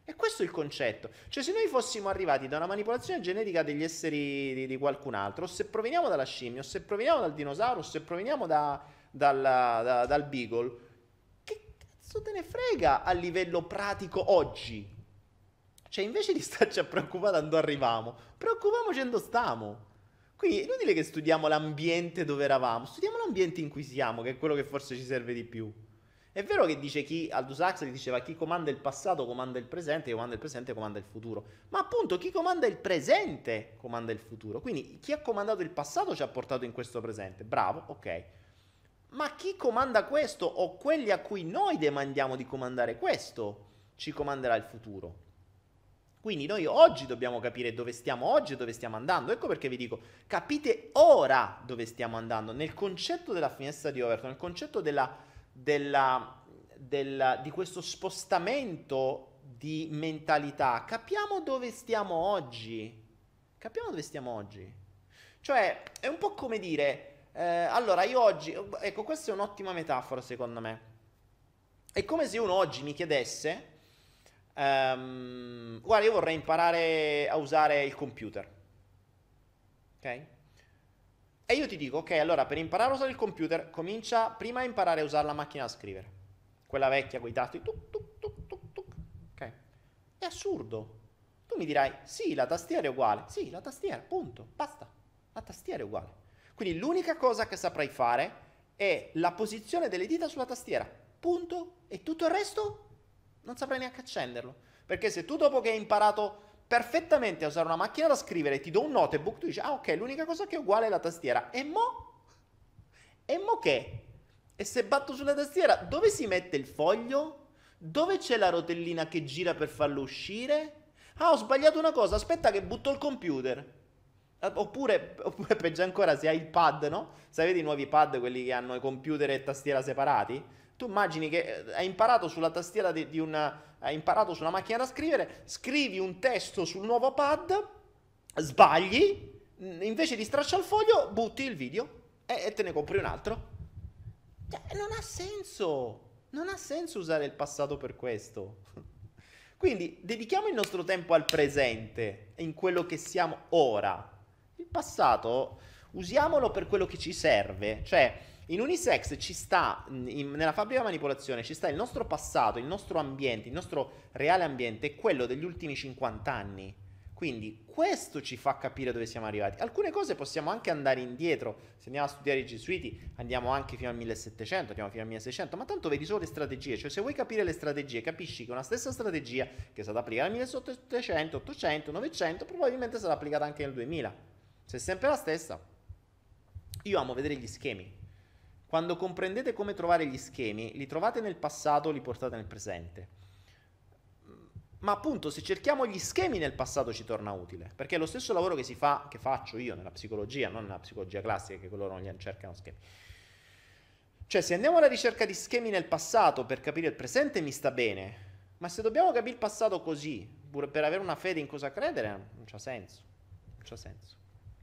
E questo è il concetto. Cioè, se noi fossimo arrivati da una manipolazione genetica degli esseri di, di qualcun altro, o se proveniamo dalla scimmia, o se proveniamo dal dinosauro, o se proveniamo da, dal, da, dal beagle, che cazzo te ne frega a livello pratico oggi? Cioè, invece di starci a preoccupare da dove arriviamo, preoccupiamoci dove stiamo. Quindi è inutile che studiamo l'ambiente dove eravamo, studiamo l'ambiente in cui siamo, che è quello che forse ci serve di più. È vero che dice chi, Aldous Huxley diceva chi comanda il passato comanda il presente, chi comanda il presente comanda il futuro. Ma appunto chi comanda il presente comanda il futuro. Quindi chi ha comandato il passato ci ha portato in questo presente. Bravo, ok. Ma chi comanda questo o quelli a cui noi demandiamo di comandare questo ci comanderà il futuro. Quindi noi oggi dobbiamo capire dove stiamo oggi e dove stiamo andando. Ecco perché vi dico, capite ora dove stiamo andando. Nel concetto della finestra di Overton, nel concetto della... Della, della, di questo spostamento di mentalità, capiamo dove stiamo oggi. Capiamo dove stiamo oggi. Cioè, è un po' come dire, eh, allora io oggi, ecco, questa è un'ottima metafora secondo me. È come se uno oggi mi chiedesse, ehm, guarda, io vorrei imparare a usare il computer. Ok? E io ti dico, ok, allora per imparare a usare il computer comincia prima a imparare a usare la macchina da scrivere. Quella vecchia con i tasti, tuc, tuc, tuc, tuc, tuc. Ok? È assurdo. Tu mi dirai, sì, la tastiera è uguale. Sì, la tastiera, punto, basta. La tastiera è uguale. Quindi l'unica cosa che saprai fare è la posizione delle dita sulla tastiera. Punto. E tutto il resto non saprai neanche accenderlo. Perché se tu dopo che hai imparato perfettamente a usare una macchina da scrivere, ti do un notebook, tu dici, ah ok, l'unica cosa che è uguale è la tastiera. E mo? E mo che? E se batto sulla tastiera, dove si mette il foglio? Dove c'è la rotellina che gira per farlo uscire? Ah, ho sbagliato una cosa, aspetta che butto il computer. Oppure, oppure peggio ancora, se hai il pad, no? Sapete i nuovi pad, quelli che hanno i computer e tastiera separati? Tu immagini che hai imparato sulla tastiera di, di una... hai imparato sulla macchina da scrivere, scrivi un testo sul nuovo pad, sbagli, invece di stracciare il foglio, butti il video e, e te ne compri un altro. Eh, non ha senso, non ha senso usare il passato per questo. Quindi dedichiamo il nostro tempo al presente, in quello che siamo ora. Il passato usiamolo per quello che ci serve, cioè... In Unisex ci sta, in, nella fabbrica manipolazione, ci sta il nostro passato, il nostro ambiente, il nostro reale ambiente è quello degli ultimi cinquanta anni. Quindi questo ci fa capire dove siamo arrivati. Alcune cose possiamo anche andare indietro. Se andiamo a studiare i Gesuiti andiamo anche fino al millesettecento, andiamo fino al milleseicento, ma tanto vedi solo le strategie. Cioè se vuoi capire le strategie, capisci che una stessa strategia che è stata applicata nel millesettecento, ottocento, novecento, probabilmente sarà applicata anche nel duemila. Se è sempre la stessa. Io amo vedere gli schemi. Quando comprendete come trovare gli schemi, li trovate nel passato, li portate nel presente. Ma appunto, se cerchiamo gli schemi nel passato ci torna utile, perché è lo stesso lavoro che si fa, che faccio io nella psicologia, non nella psicologia classica, che loro non cercano schemi. Cioè, se andiamo alla ricerca di schemi nel passato per capire il presente mi sta bene, ma se dobbiamo capire il passato così, pure per avere una fede in cosa credere, non c'ha senso. Non c'ha senso.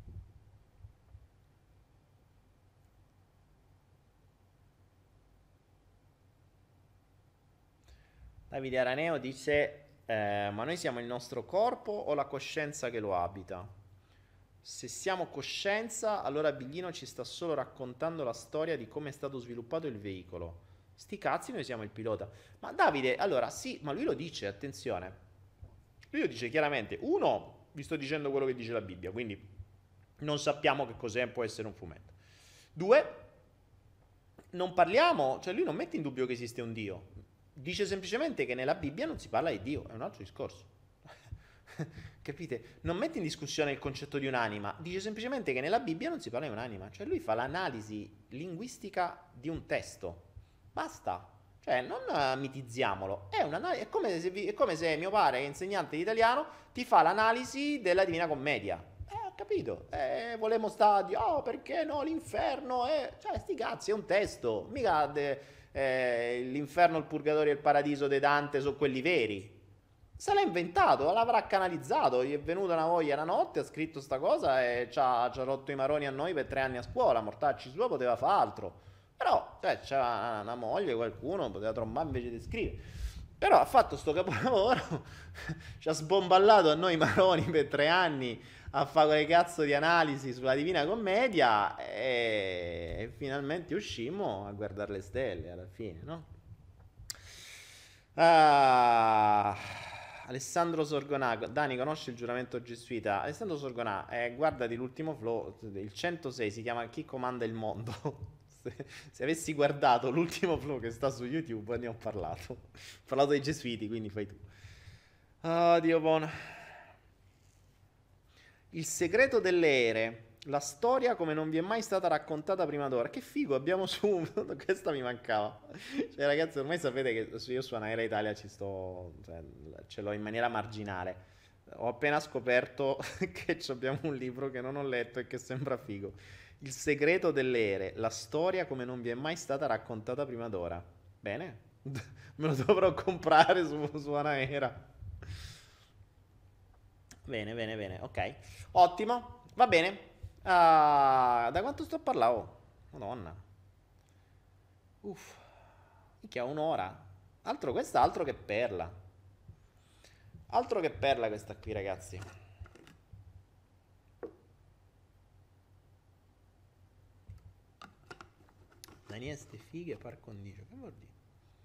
Davide Araneo dice, eh, ma noi siamo il nostro corpo o la coscienza che lo abita? Se siamo coscienza, allora Biglino ci sta solo raccontando la storia di come è stato sviluppato il veicolo. Sti cazzi, noi siamo il pilota. Ma Davide, allora sì, ma lui lo dice, attenzione. Lui lo dice chiaramente. Uno, vi sto dicendo quello che dice la Bibbia, quindi non sappiamo che cos'è, può essere un fumetto. Due, non parliamo, cioè lui non mette in dubbio che esiste un Dio. Dice semplicemente che nella Bibbia non si parla di Dio, è un altro discorso. Capite? Non mette in discussione il concetto di un'anima, dice semplicemente che nella Bibbia non si parla di un'anima, cioè lui fa l'analisi linguistica di un testo. Basta. Cioè, non mitizziamolo, è, è, come se vi, è come se mio padre, insegnante di italiano, ti fa l'analisi della Divina Commedia. Eh, ho capito, eh, volemo stare, oh, perché no, l'inferno, eh. Cioè, sti cazzi, è un testo, mica... De, Eh, l'inferno, il purgatorio e il paradiso di Dante sono quelli veri. Se l'ha inventato, l'avrà canalizzato, gli è venuta una voglia la notte, ha scritto sta cosa e ci ha, ci ha rotto i maroni a noi per tre anni a scuola. Mortacci sua poteva fare altro, però cioè, c'era una moglie, qualcuno poteva trombare invece di scrivere. Però ha fatto sto capolavoro, ci ha sbomballato a noi maroni per tre anni a fare quelle cazzo di analisi sulla Divina Commedia e finalmente uscimmo a guardare le stelle alla fine, no? Ah, Alessandro Sorgonà, Dani, conosci il giuramento gesuita? Alessandro Sorgonà, eh, guardati l'ultimo flow, il centosei si chiama Chi comanda il mondo. Se, se avessi guardato l'ultimo flow che sta su YouTube ne ho parlato. Ho parlato dei gesuiti, quindi fai tu. Oh, Dio buono. Il segreto delle ere. La storia come non vi è mai stata raccontata prima d'ora. Che figo, abbiamo su... Questa mi mancava. Cioè, ragazzi, ormai sapete che io su Anaera Italia ci sto... Cioè, ce l'ho in maniera marginale. Ho appena scoperto che abbiamo un libro che non ho letto e che sembra figo. Il segreto delle ere. La storia come non vi è mai stata raccontata prima d'ora. Bene. Me lo dovrò comprare su, su Anaera. Bene, bene, bene. Ok. Ottimo. Va bene. Ah, da quanto sto a parlare? Oh, Madonna. Uff. Minchia, un'ora. Altro quest'altro che perla. Altro che perla questa qui, ragazzi. Daniele ste fighe par condicio. Che vuol dire?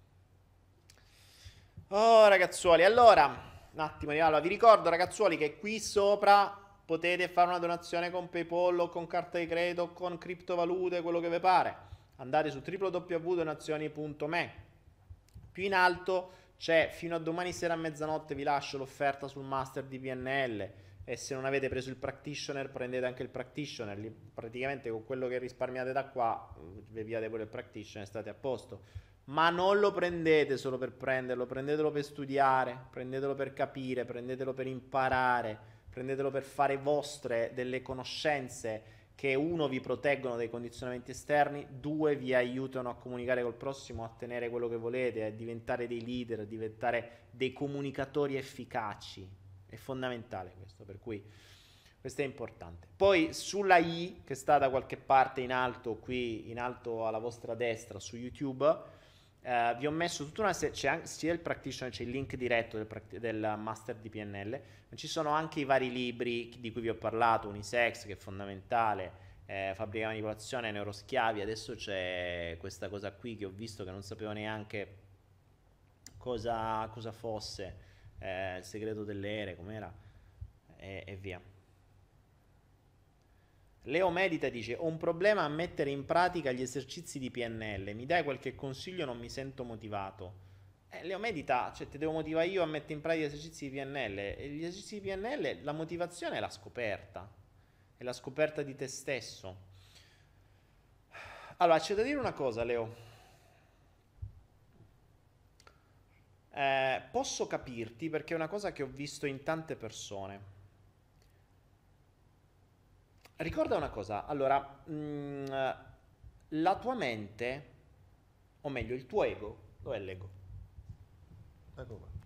Oh, ragazzuoli. Allora, un attimo. Allora, vi ricordo, ragazzuoli, che qui sopra potete fare una donazione con PayPal o con carta di credito o con criptovalute, quello che vi pare. Andate su w w w punto donazioni punto me. Più in alto c'è, fino a domani sera a mezzanotte vi lascio l'offerta sul master di P N L e se non avete preso il practitioner prendete anche il practitioner. Lì, praticamente con quello che risparmiate da qua vi piate pure il practitioner, state a posto. Ma non lo prendete solo per prenderlo, prendetelo per studiare, prendetelo per capire, prendetelo per imparare, prendetelo per fare vostre delle conoscenze che uno vi proteggono dai condizionamenti esterni, due vi aiutano a comunicare col prossimo, a ottenere quello che volete, a diventare dei leader, a diventare dei comunicatori efficaci. È fondamentale questo, per cui questo è importante. Poi sulla I, che sta da qualche parte in alto, qui in alto alla vostra destra su YouTube, Uh, vi ho messo tutta una serie, c'è anche, sia il practitioner, c'è il link diretto del, del master di P N L, ma ci sono anche i vari libri di cui vi ho parlato, Unisex che è fondamentale, eh, Fabbrica di manipolazione, Neuroschiavi, adesso c'è questa cosa qui che ho visto che non sapevo neanche cosa, cosa fosse, eh, il segreto delle ere, com'era, e, e via. Leo Medita dice: ho un problema a mettere in pratica gli esercizi di P N L, mi dai qualche consiglio? Non mi sento motivato. eh, Leo Medita, cioè ti devo motivare io a mettere in pratica gli esercizi di P N L, e gli esercizi di P N L, la motivazione è la scoperta, è la scoperta di te stesso. Allora c'è da dire una cosa, Leo, eh, posso capirti perché è una cosa che ho visto in tante persone. Ricorda una cosa, allora, mh, la tua mente, o meglio il tuo ego, dov'è l'ego? Ecco qua.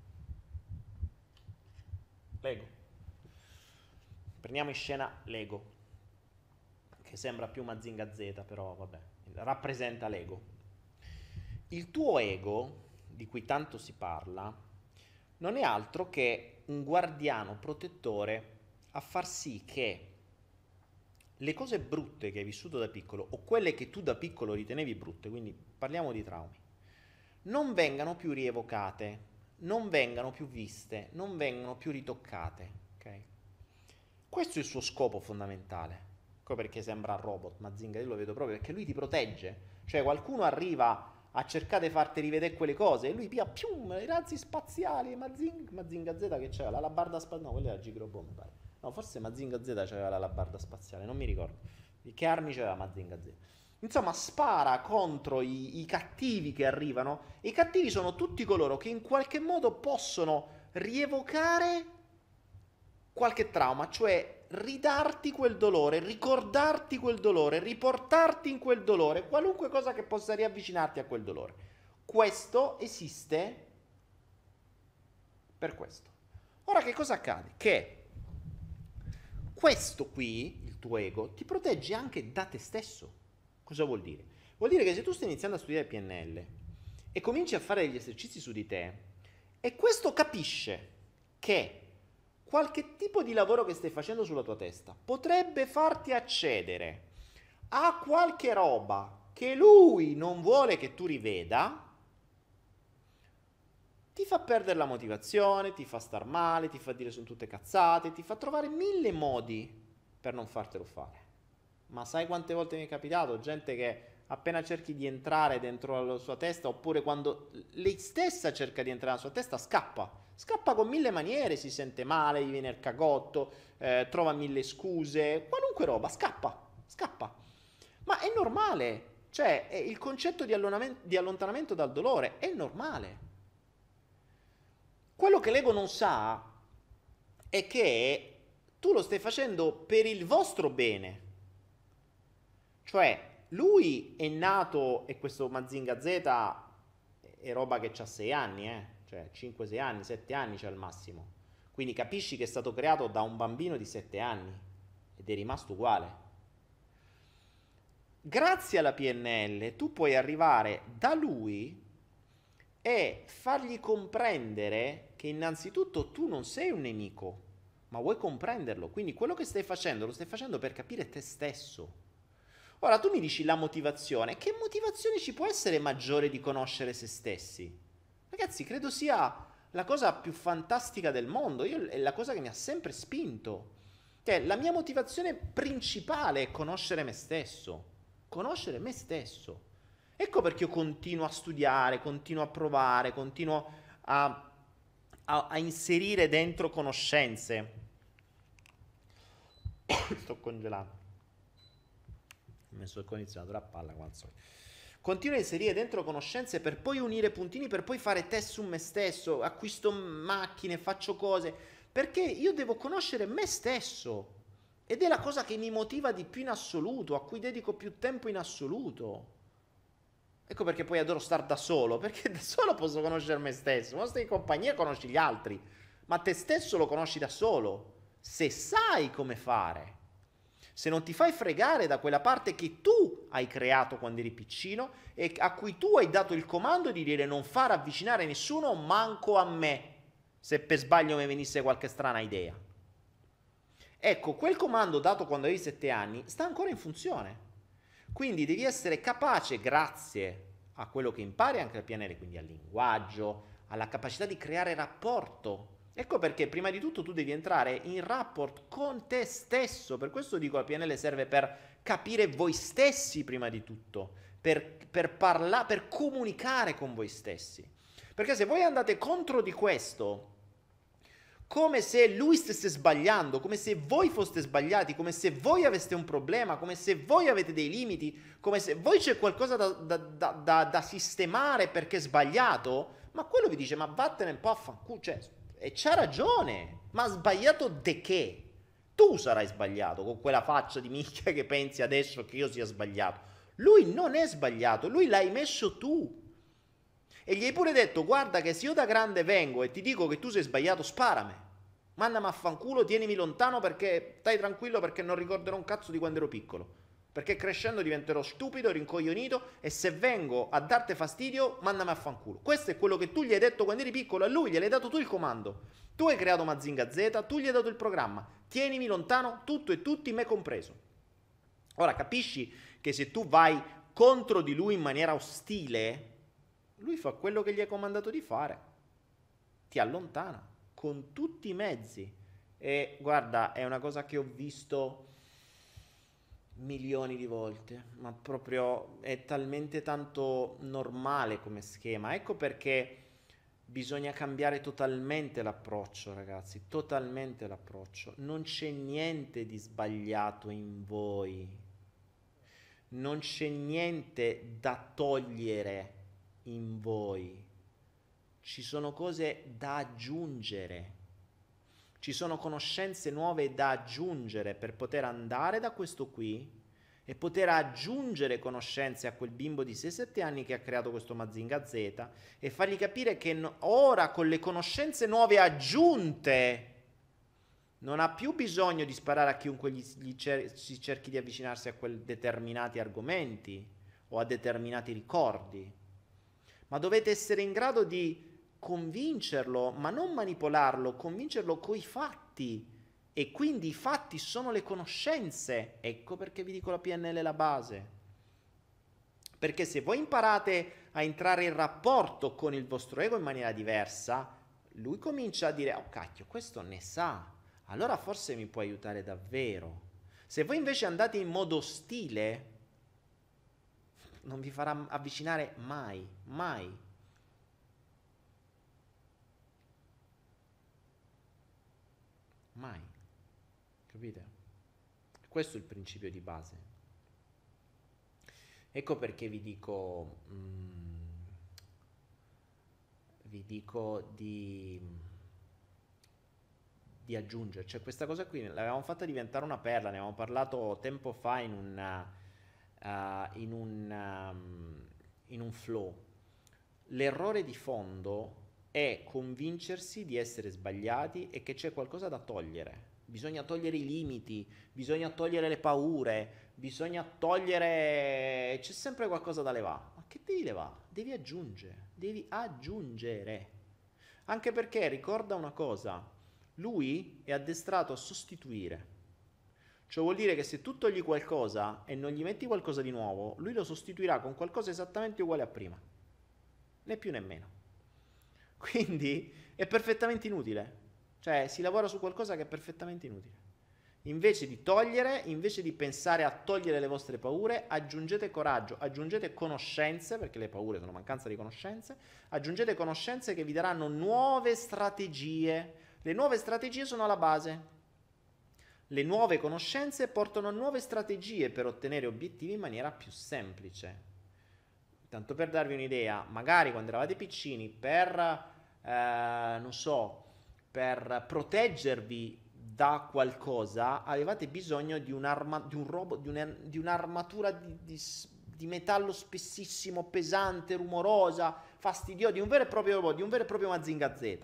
L'ego. Prendiamo in scena l'ego, che sembra più Mazinga Z, però vabbè, rappresenta l'ego. Il tuo ego, di cui tanto si parla, non è altro che un guardiano protettore a far sì che le cose brutte che hai vissuto da piccolo o quelle che tu da piccolo ritenevi brutte, quindi parliamo di traumi, non vengano più rievocate, non vengano più viste, non vengano più ritoccate, ok? Questo è il suo scopo fondamentale. Ecco perché sembra robot, Mazinga, io lo vedo proprio perché lui ti protegge, cioè qualcuno arriva a cercare di farti rivedere quelle cose e lui pia pium, i razzi spaziali, Mazinga, Mazinga Z che c'era, la labarda spaziale, no, quella era Gigrobomb, mi pare. No, forse Mazinga Z c'aveva la labarda spaziale, non mi ricordo. Che armi c'aveva Mazinga Z? Insomma, spara contro i, i cattivi che arrivano. E i cattivi sono tutti coloro che in qualche modo possono rievocare qualche trauma, cioè ridarti quel dolore, ricordarti quel dolore, riportarti in quel dolore, qualunque cosa che possa riavvicinarti a quel dolore. Questo esiste per questo. Ora che cosa accade? Che questo qui, il tuo ego, ti protegge anche da te stesso. Cosa vuol dire? Vuol dire che se tu stai iniziando a studiare P N L e cominci a fare degli esercizi su di te E questo capisce che qualche tipo di lavoro che stai facendo sulla tua testa potrebbe farti accedere a qualche roba che lui non vuole che tu riveda, ti fa perdere la motivazione, ti fa star male, ti fa dire sono tutte cazzate, ti fa trovare mille modi per non fartelo fare. Ma sai quante volte mi è capitato? Gente che appena cerchi di entrare dentro la sua testa, oppure quando lei stessa cerca di entrare nella sua testa, scappa. Scappa con mille maniere, si sente male, gli viene il cagotto, eh, trova mille scuse, qualunque roba, scappa, scappa. Ma è normale, cioè è il concetto di, di allontanamento dal dolore è normale. Quello che l'ego non sa è che tu lo stai facendo per il vostro bene. Cioè, lui è nato, e questo Mazinga Z è roba che ha sei anni, eh? Cioè cinque sei anni, sette anni c'è al massimo. Quindi capisci che è stato creato da un bambino di sette anni ed è rimasto uguale. Grazie alla P N L tu puoi arrivare da lui e fargli comprendere che innanzitutto tu non sei un nemico, ma vuoi comprenderlo. Quindi quello che stai facendo lo stai facendo per capire te stesso. Ora tu mi dici la motivazione. Che motivazione ci può essere maggiore di conoscere se stessi? Ragazzi, credo sia la cosa più fantastica del mondo. Io, è la cosa che mi ha sempre spinto. Cioè, la mia motivazione principale è conoscere me stesso. Conoscere me stesso. Ecco perché io continuo a studiare, continuo a provare, continuo a, a, a inserire dentro conoscenze. Sto congelando. Ho messo il condizionatore a palla come al solito. Continuo a inserire dentro conoscenze per poi unire puntini, per poi fare test su me stesso, acquisto macchine, faccio cose, perché io devo conoscere me stesso ed è la cosa che mi motiva di più in assoluto, a cui dedico più tempo in assoluto. Ecco perché poi adoro star da solo, perché da solo posso conoscere me stesso. Quando stai in compagnia conosci gli altri, ma te stesso lo conosci da solo, se sai come fare. Se non ti fai fregare da quella parte che tu hai creato quando eri piccino e a cui tu hai dato il comando di dire non far avvicinare nessuno manco a me, se per sbaglio mi venisse qualche strana idea. Ecco, quel comando dato quando avevi sette anni sta ancora in funzione. Quindi devi essere capace, grazie a quello che impari anche al P N L, quindi al linguaggio, alla capacità di creare rapporto. Ecco perché prima di tutto tu devi entrare in rapport con te stesso. Per questo dico la P N L serve per capire voi stessi prima di tutto, per, per parlare, per comunicare con voi stessi. Perché se voi andate contro di questo, come se lui stesse sbagliando, come se voi foste sbagliati, come se voi aveste un problema, come se voi avete dei limiti, come se voi c'è qualcosa da, da, da, da, da sistemare perché è sbagliato, ma quello vi dice ma vattene un po' a fanculo, cioè, e c'ha ragione, ma sbagliato de che? Tu sarai sbagliato con quella faccia di minchia che pensi adesso che io sia sbagliato. Lui non è sbagliato, lui l'hai messo tu. E gli hai pure detto, guarda che se io da grande vengo e ti dico che tu sei sbagliato, sparami. Mandami a fanculo, tienimi lontano perché stai tranquillo perché non ricorderò un cazzo di quando ero piccolo. Perché crescendo diventerò stupido, rincoglionito e se vengo a darti fastidio, mandami a fanculo. Questo è quello che tu gli hai detto quando eri piccolo, a lui gliel'hai dato tu il comando. Tu hai creato Mazinga Z, tu gli hai dato il programma. Tienimi lontano, tutto e tutti, me compreso. Ora capisci che se tu vai contro di lui in maniera ostile, lui fa quello che gli hai comandato di fare. Ti allontana con tutti i mezzi. E guarda, è una cosa che ho visto milioni di volte, ma proprio è talmente tanto normale come schema. Ecco perché bisogna cambiare totalmente l'approccio, ragazzi, totalmente l'approccio. Non c'è niente di sbagliato in voi, non c'è niente da togliere in voi, ci sono cose da aggiungere. Ci sono conoscenze nuove da aggiungere per poter andare da questo qui e poter aggiungere conoscenze a quel bimbo di sei sette anni che ha creato questo Mazinga Z e fargli capire che no, ora con le conoscenze nuove aggiunte non ha più bisogno di sparare a chiunque gli, gli cer- si cerchi di avvicinarsi a quei determinati argomenti o a determinati ricordi, ma dovete essere in grado di convincerlo, ma non manipolarlo, convincerlo coi fatti. E quindi i fatti sono le conoscenze. Ecco perché vi dico la P N L è la base. Perché se voi imparate a entrare in rapporto con il vostro ego in maniera diversa, lui comincia a dire, oh cacchio, questo ne sa, allora forse mi può aiutare davvero. Se voi invece andate in modo ostile, non vi farà avvicinare mai, mai. Mai. Capite? Questo è il principio di base. Ecco perché vi dico, mm, vi dico di, di aggiungere, cioè questa cosa qui l'avevamo fatta diventare una perla, ne avevamo parlato tempo fa in un, uh, in un, um, in un flow. L'errore di fondo è convincersi di essere sbagliati e che c'è qualcosa da togliere. Bisogna togliere i limiti, bisogna togliere le paure, bisogna togliere... c'è sempre qualcosa da levare. Ma che devi levare? Devi aggiungere, devi aggiungere. Anche perché ricorda una cosa, lui è addestrato a sostituire. Cioè vuol dire che se tu togli qualcosa e non gli metti qualcosa di nuovo, lui lo sostituirà con qualcosa esattamente uguale a prima. Né più né meno. Quindi è perfettamente inutile. Cioè si lavora su qualcosa che è perfettamente inutile. Invece di togliere, invece di pensare a togliere le vostre paure, aggiungete coraggio, aggiungete conoscenze, perché le paure sono mancanza di conoscenze, aggiungete conoscenze che vi daranno nuove strategie. Le nuove strategie sono alla base. Le nuove conoscenze portano a nuove strategie per ottenere obiettivi in maniera più semplice. Tanto per darvi un'idea, magari quando eravate piccini, per, eh, non so, per proteggervi da qualcosa, avevate bisogno di, un'arma, di un robot, di, una, di un'armatura di, di, di metallo spessissimo, pesante, rumorosa, fastidiosa, di un vero e proprio robot, di un vero e proprio Mazinga Z.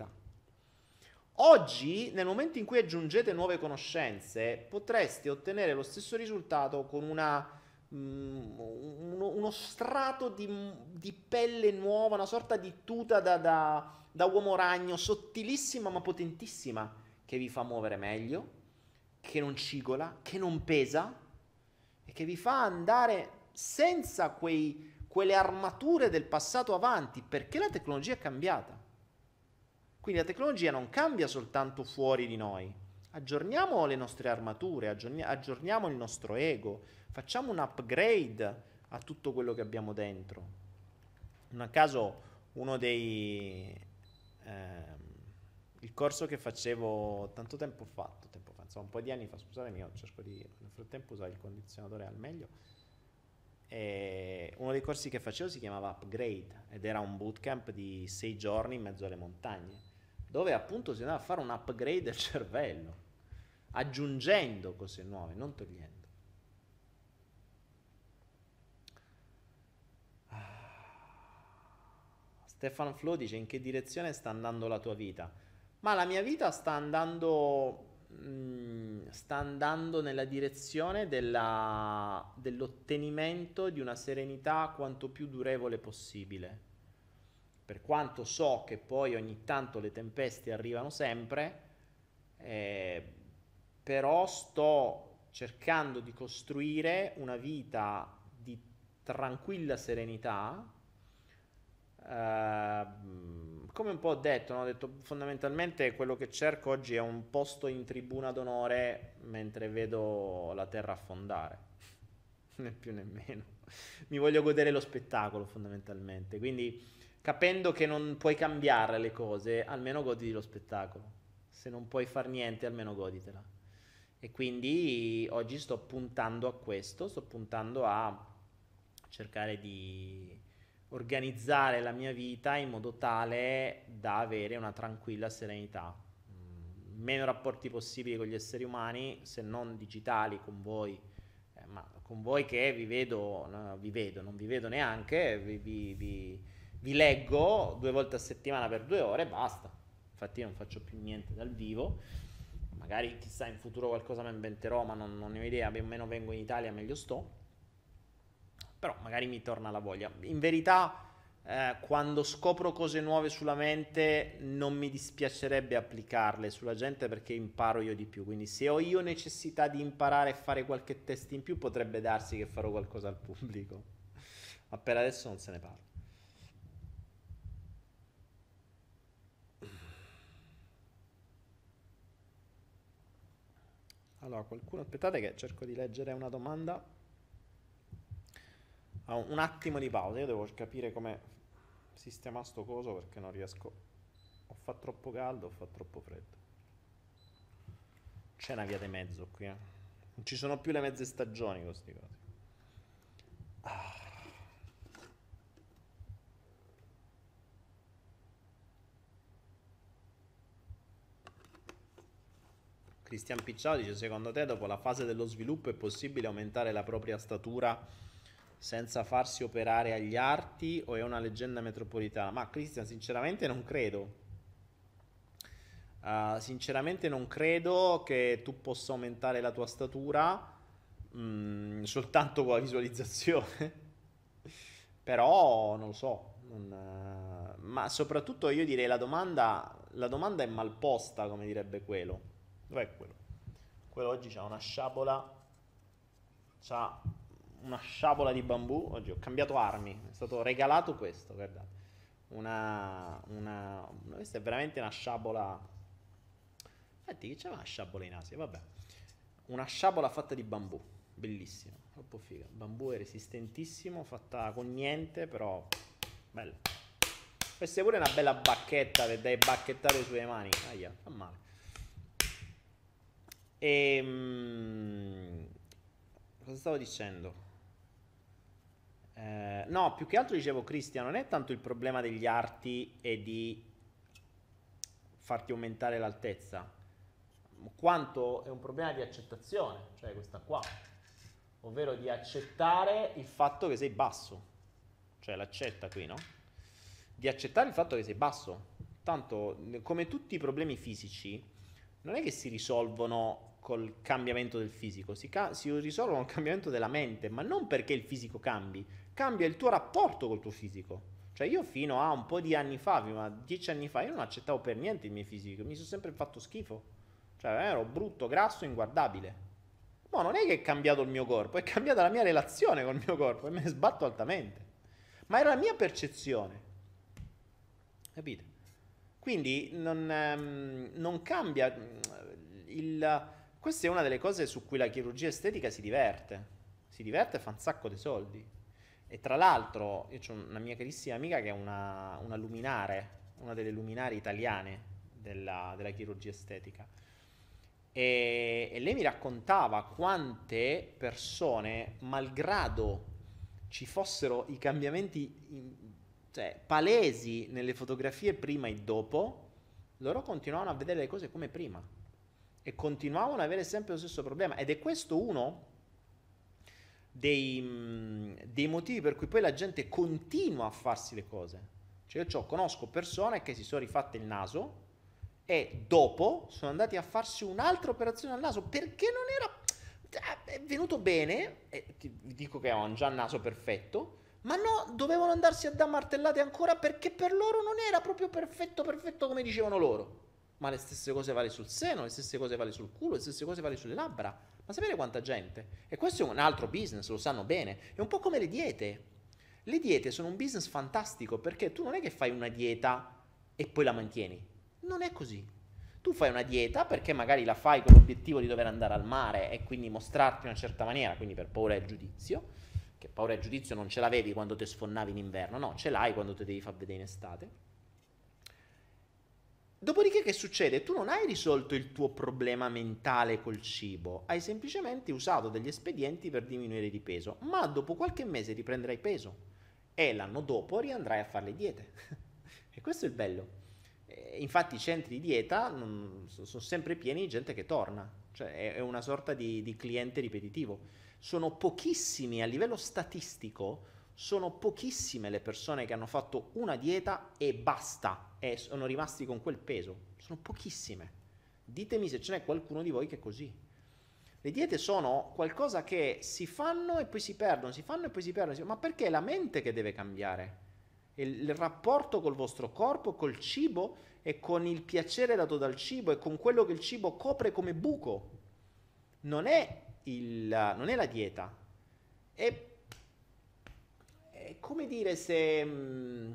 Oggi, nel momento in cui aggiungete nuove conoscenze, potreste ottenere lo stesso risultato con una... Uno, uno strato di, di pelle nuova, una sorta di tuta da, da, da uomo ragno, sottilissima ma potentissima, che vi fa muovere meglio, che non cigola, che non pesa e che vi fa andare senza quei, quelle armature del passato avanti, perché la tecnologia è cambiata. Quindi la tecnologia non cambia soltanto fuori di noi. Aggiorniamo le nostre armature, aggiorniamo il nostro ego, facciamo un upgrade a tutto quello che abbiamo dentro. Non a caso uno dei... Ehm, il corso che facevo tanto tempo fa, tempo fa, insomma un po' di anni fa, scusatemi, io cerco di nel frattempo usare il condizionatore al meglio. E uno dei corsi che facevo si chiamava Upgrade ed era un bootcamp di sei giorni in mezzo alle montagne, dove appunto si andava a fare un upgrade del cervello, aggiungendo cose nuove, non togliendo. Stefano Flo dice: in che direzione sta andando la tua vita? Ma la mia vita sta andando mh, sta andando nella direzione della, dell'ottenimento di una serenità quanto più durevole possibile. Per quanto so che poi ogni tanto le tempeste arrivano sempre, eh, però sto cercando di costruire una vita di tranquilla serenità. Uh, come un po' ho detto, no? Ho detto fondamentalmente quello che cerco oggi è un posto in tribuna d'onore mentre vedo la terra affondare, né più né meno. Mi voglio godere lo spettacolo fondamentalmente, quindi capendo che non puoi cambiare le cose, almeno goditi lo spettacolo. Se non puoi far niente, almeno goditela. E quindi oggi sto puntando a questo, sto puntando a cercare di organizzare la mia vita in modo tale da avere una tranquilla serenità, meno rapporti possibili con gli esseri umani, se non digitali con voi, eh, ma con voi che vi vedo, no, vi vedo, non vi vedo neanche, vi, vi, vi, vi leggo due volte a settimana per due ore e basta. Infatti io non faccio più niente dal vivo, magari chissà in futuro qualcosa mi inventerò, ma non, non ne ho idea, meno vengo in Italia meglio sto. Però magari mi torna la voglia. In verità eh, quando scopro cose nuove sulla mente non mi dispiacerebbe applicarle sulla gente perché imparo io di più. Quindi se ho io necessità di imparare e fare qualche test in più, potrebbe darsi che farò qualcosa al pubblico. Ma per adesso non se ne parla. Allora, qualcuno, aspettate che cerco di leggere una domanda. Ah, un attimo di pausa, io devo capire come sistemare sto coso perché non riesco. O fa troppo caldo o fa troppo freddo. C'è una via di mezzo qui, eh. Non ci sono più le mezze stagioni con queste cose. Ah. Cristian Picciao dice: secondo te dopo la fase dello sviluppo è possibile aumentare la propria statura senza farsi operare agli arti o è una leggenda metropolitana? Ma Cristian, sinceramente non credo. Uh, sinceramente non credo che tu possa aumentare la tua statura mh, soltanto con la visualizzazione. Però non lo so. Non, uh, ma soprattutto io direi la domanda, la domanda è mal posta, come direbbe quello. Dov'è quello? Quello oggi c'ha una sciabola. C'ha una sciabola di bambù. Oggi ho cambiato armi. È stato regalato questo, guardate. Una, una, questa è veramente una sciabola. Senti, che c'è una sciabola in Asia? Vabbè. Una sciabola fatta di bambù. Bellissima. Troppo figa. Il bambù è resistentissimo, fatta con niente, però bella. Questa è pure una bella bacchetta per dai bacchettare sulle mani. Aia, fa male. E mm, cosa stavo dicendo? Eh, no, più che altro dicevo, Cristian, non è tanto il problema degli arti e di farti aumentare l'altezza, quanto è un problema di accettazione, cioè questa qua, ovvero di accettare il fatto che sei basso, cioè l'accetta qui, no? Di accettare il fatto che sei basso. Tanto, come tutti i problemi fisici, non è che si risolvono col cambiamento del fisico, si, ca- si risolvono col cambiamento della mente, ma non perché il fisico cambi, cambia il tuo rapporto col tuo fisico. Cioè io fino a un po' di anni fa, fino a dieci anni fa, io non accettavo per niente il mio fisico, mi sono sempre fatto schifo. Cioè ero brutto, grasso, inguardabile. No, non è che è cambiato il mio corpo, è cambiata la mia relazione col mio corpo e me ne sbatto altamente. Ma era la mia percezione. Capite? Quindi non, ehm, non cambia il... Questa è una delle cose su cui la chirurgia estetica si diverte. Si diverte e fa un sacco di soldi. E tra l'altro, io ho una mia carissima amica che è una, una luminare, una delle luminari italiane della, della chirurgia estetica. E, e lei mi raccontava quante persone, malgrado ci fossero i cambiamenti in, cioè, palesi nelle fotografie prima e dopo, loro continuavano a vedere le cose come prima. E continuavano ad avere sempre lo stesso problema. Ed è questo uno dei, dei motivi per cui poi la gente continua a farsi le cose. Cioè io conosco persone che si sono rifatte il naso e dopo sono andati a farsi un'altra operazione al naso perché non era è venuto bene, e ti dico che avevano già il naso perfetto, ma no, dovevano andarsi a dare martellate ancora perché per loro non era proprio perfetto perfetto come dicevano loro. Ma le stesse cose vale sul seno, le stesse cose vale sul culo, le stesse cose vale sulle labbra. Ma sapete quanta gente? E questo è un altro business, lo sanno bene. È un po' come le diete. Le diete sono un business fantastico perché tu non è che fai una dieta e poi la mantieni. Non è così. Tu fai una dieta perché magari la fai con l'obiettivo di dover andare al mare e quindi mostrarti in una certa maniera, quindi per paura del giudizio, che paura del giudizio non ce l'avevi quando ti sfonnavi in inverno, no, ce l'hai quando ti devi far vedere in estate. Dopodiché che succede? Tu non hai risolto il tuo problema mentale col cibo, hai semplicemente usato degli espedienti per diminuire di peso, ma dopo qualche mese riprenderai peso e l'anno dopo riandrai a fare le diete. E questo è il bello. E infatti i centri di dieta non, sono sempre pieni di gente che torna, cioè è una sorta di, di cliente ripetitivo. Sono pochissimi a livello statistico. Sono pochissime le persone che hanno fatto una dieta e basta e sono rimasti con quel peso. Sono pochissime. Ditemi se ce n'è qualcuno di voi che è così. Le diete sono qualcosa che si fanno e poi si perdono, si fanno e poi si perdono. Ma perché è la mente che deve cambiare? il, il rapporto col vostro corpo, col cibo e con il piacere dato dal cibo e con quello che il cibo copre come buco. Non è, il, non è la dieta. È, è come dire se... Mh,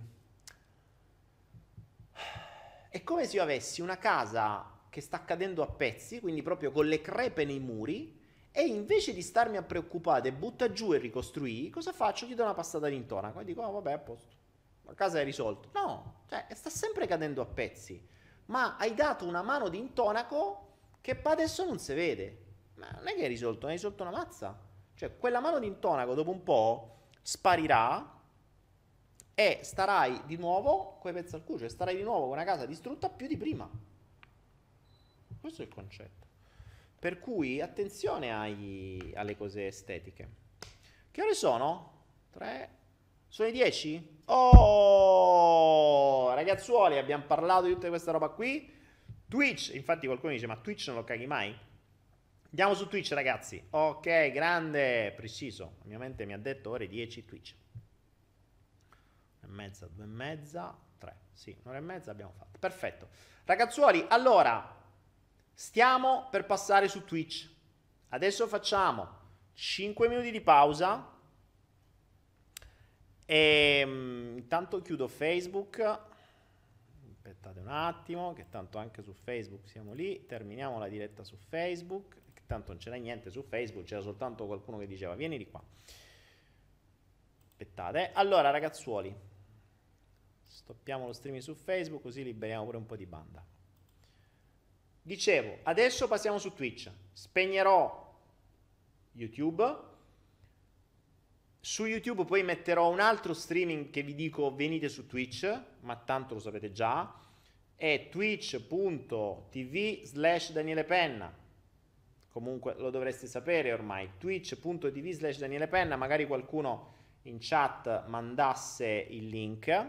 è come se io avessi una casa che sta cadendo a pezzi, quindi proprio con le crepe nei muri, e invece di starmi a preoccupare e butta giù e ricostruì, cosa faccio? Gli do una passata d'intonaco e dico, oh, vabbè, a posto, la casa è risolta. No, cioè, sta sempre cadendo a pezzi, ma hai dato una mano di intonaco che adesso non si vede. Ma non è che hai risolto, hai risolto una mazza. Cioè, quella mano di intonaco dopo un po' sparirà e starai di nuovo coi pezzi al culo, cioè starai di nuovo con una casa distrutta più di prima. Questo è il concetto. Per cui attenzione ai, alle cose estetiche. Che ore sono? tre? Sono le dieci? Oh, ragazzuoli, abbiamo parlato di tutta questa roba qui. Twitch, infatti qualcuno dice, ma Twitch non lo caghi mai? Andiamo su Twitch, ragazzi. Ok, grande, preciso. La mia mente mi ha detto ore dieci Twitch. E mezza, due e mezza, tre. Sì, un'ora e mezza abbiamo fatto. Perfetto. Ragazzuoli, allora... stiamo per passare su Twitch. Adesso facciamo cinque minuti di pausa. E um, intanto chiudo Facebook. Aspettate un attimo, che tanto anche su Facebook siamo lì. Terminiamo la diretta su Facebook. Che tanto non c'era niente su Facebook, c'era soltanto qualcuno che diceva vieni di qua. Aspettate. Allora, ragazzuoli, stoppiamo lo streaming su Facebook, così liberiamo pure un po' di banda. Dicevo, adesso passiamo su Twitch. Spegnerò YouTube. Su YouTube poi metterò un altro streaming che vi dico venite su Twitch, ma tanto lo sapete già. È twitch.tv slash Daniele Penna. Comunque lo dovreste sapere ormai. Twitch.tv slash Daniele Penna. Magari qualcuno in chat mandasse il link.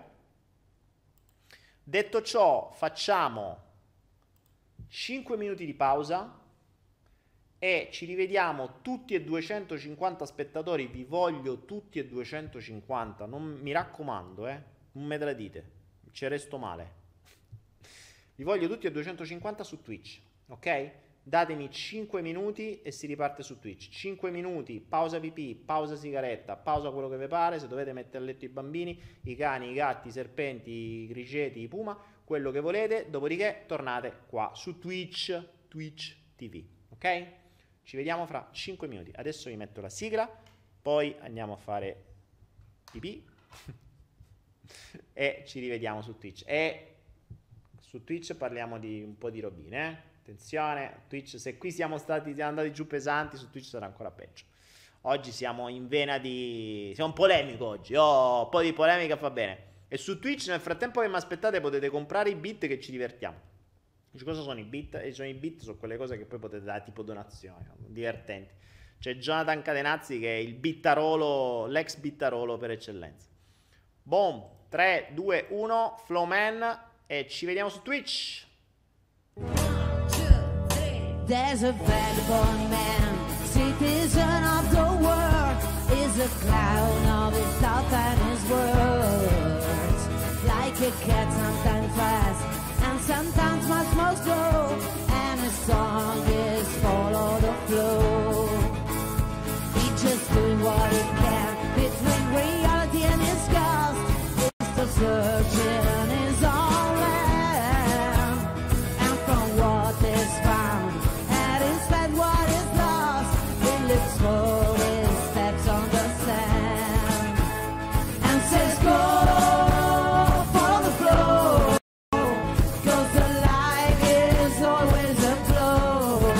Detto ciò, facciamo cinque minuti di pausa e ci rivediamo tutti e duecentocinquanta spettatori. Vi voglio tutti e duecentocinquanta, non mi raccomando, eh, non me la dite, ci resto male. Vi voglio tutti e duecentocinquanta su Twitch, ok? Datemi cinque minuti e si riparte su Twitch. cinque minuti, pausa pipì, pausa sigaretta, pausa quello che vi pare. Se dovete mettere a letto i bambini, i cani, i gatti, i serpenti, i criceti, i puma, quello che volete, dopodiché tornate qua su Twitch, Twitch T V, ok? Ci vediamo fra cinque minuti. Adesso vi metto la sigla, poi andiamo a fare pipì e ci rivediamo su Twitch. E su Twitch parliamo di un po' di robine, eh? Attenzione, Twitch, se qui siamo stati siamo andati giù pesanti, su Twitch sarà ancora peggio. Oggi siamo in vena di... siamo polemico oggi, oh, un po' di polemica fa bene. E su Twitch nel frattempo che mi aspettate potete comprare i bit che ci divertiamo. Dice, cosa sono i bit? E sono i bit, sono quelle cose che poi potete dare tipo donazioni, divertenti. C'è Jonathan Cadenazzi che è il bittarolo, l'ex bittarolo per eccellenza. Boom, tre, due, uno, Flowman e ci vediamo su Twitch. There's a vagabond man, citizen of the world, is a clown of his thought and his words. Like a cat, sometimes fast, and sometimes much more slow, and his song is follow the flow. He's just doing what he can, between reality and his ghost. He's still searching his own land, and from what is found, what is lost, he looks for his steps on the sand and says go, follow the flow, cause the light is always a flow.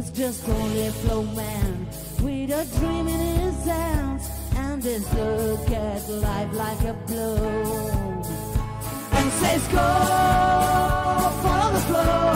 just only a flow man with a dream in his hands and his look at life like a blow, and says go follow the flow.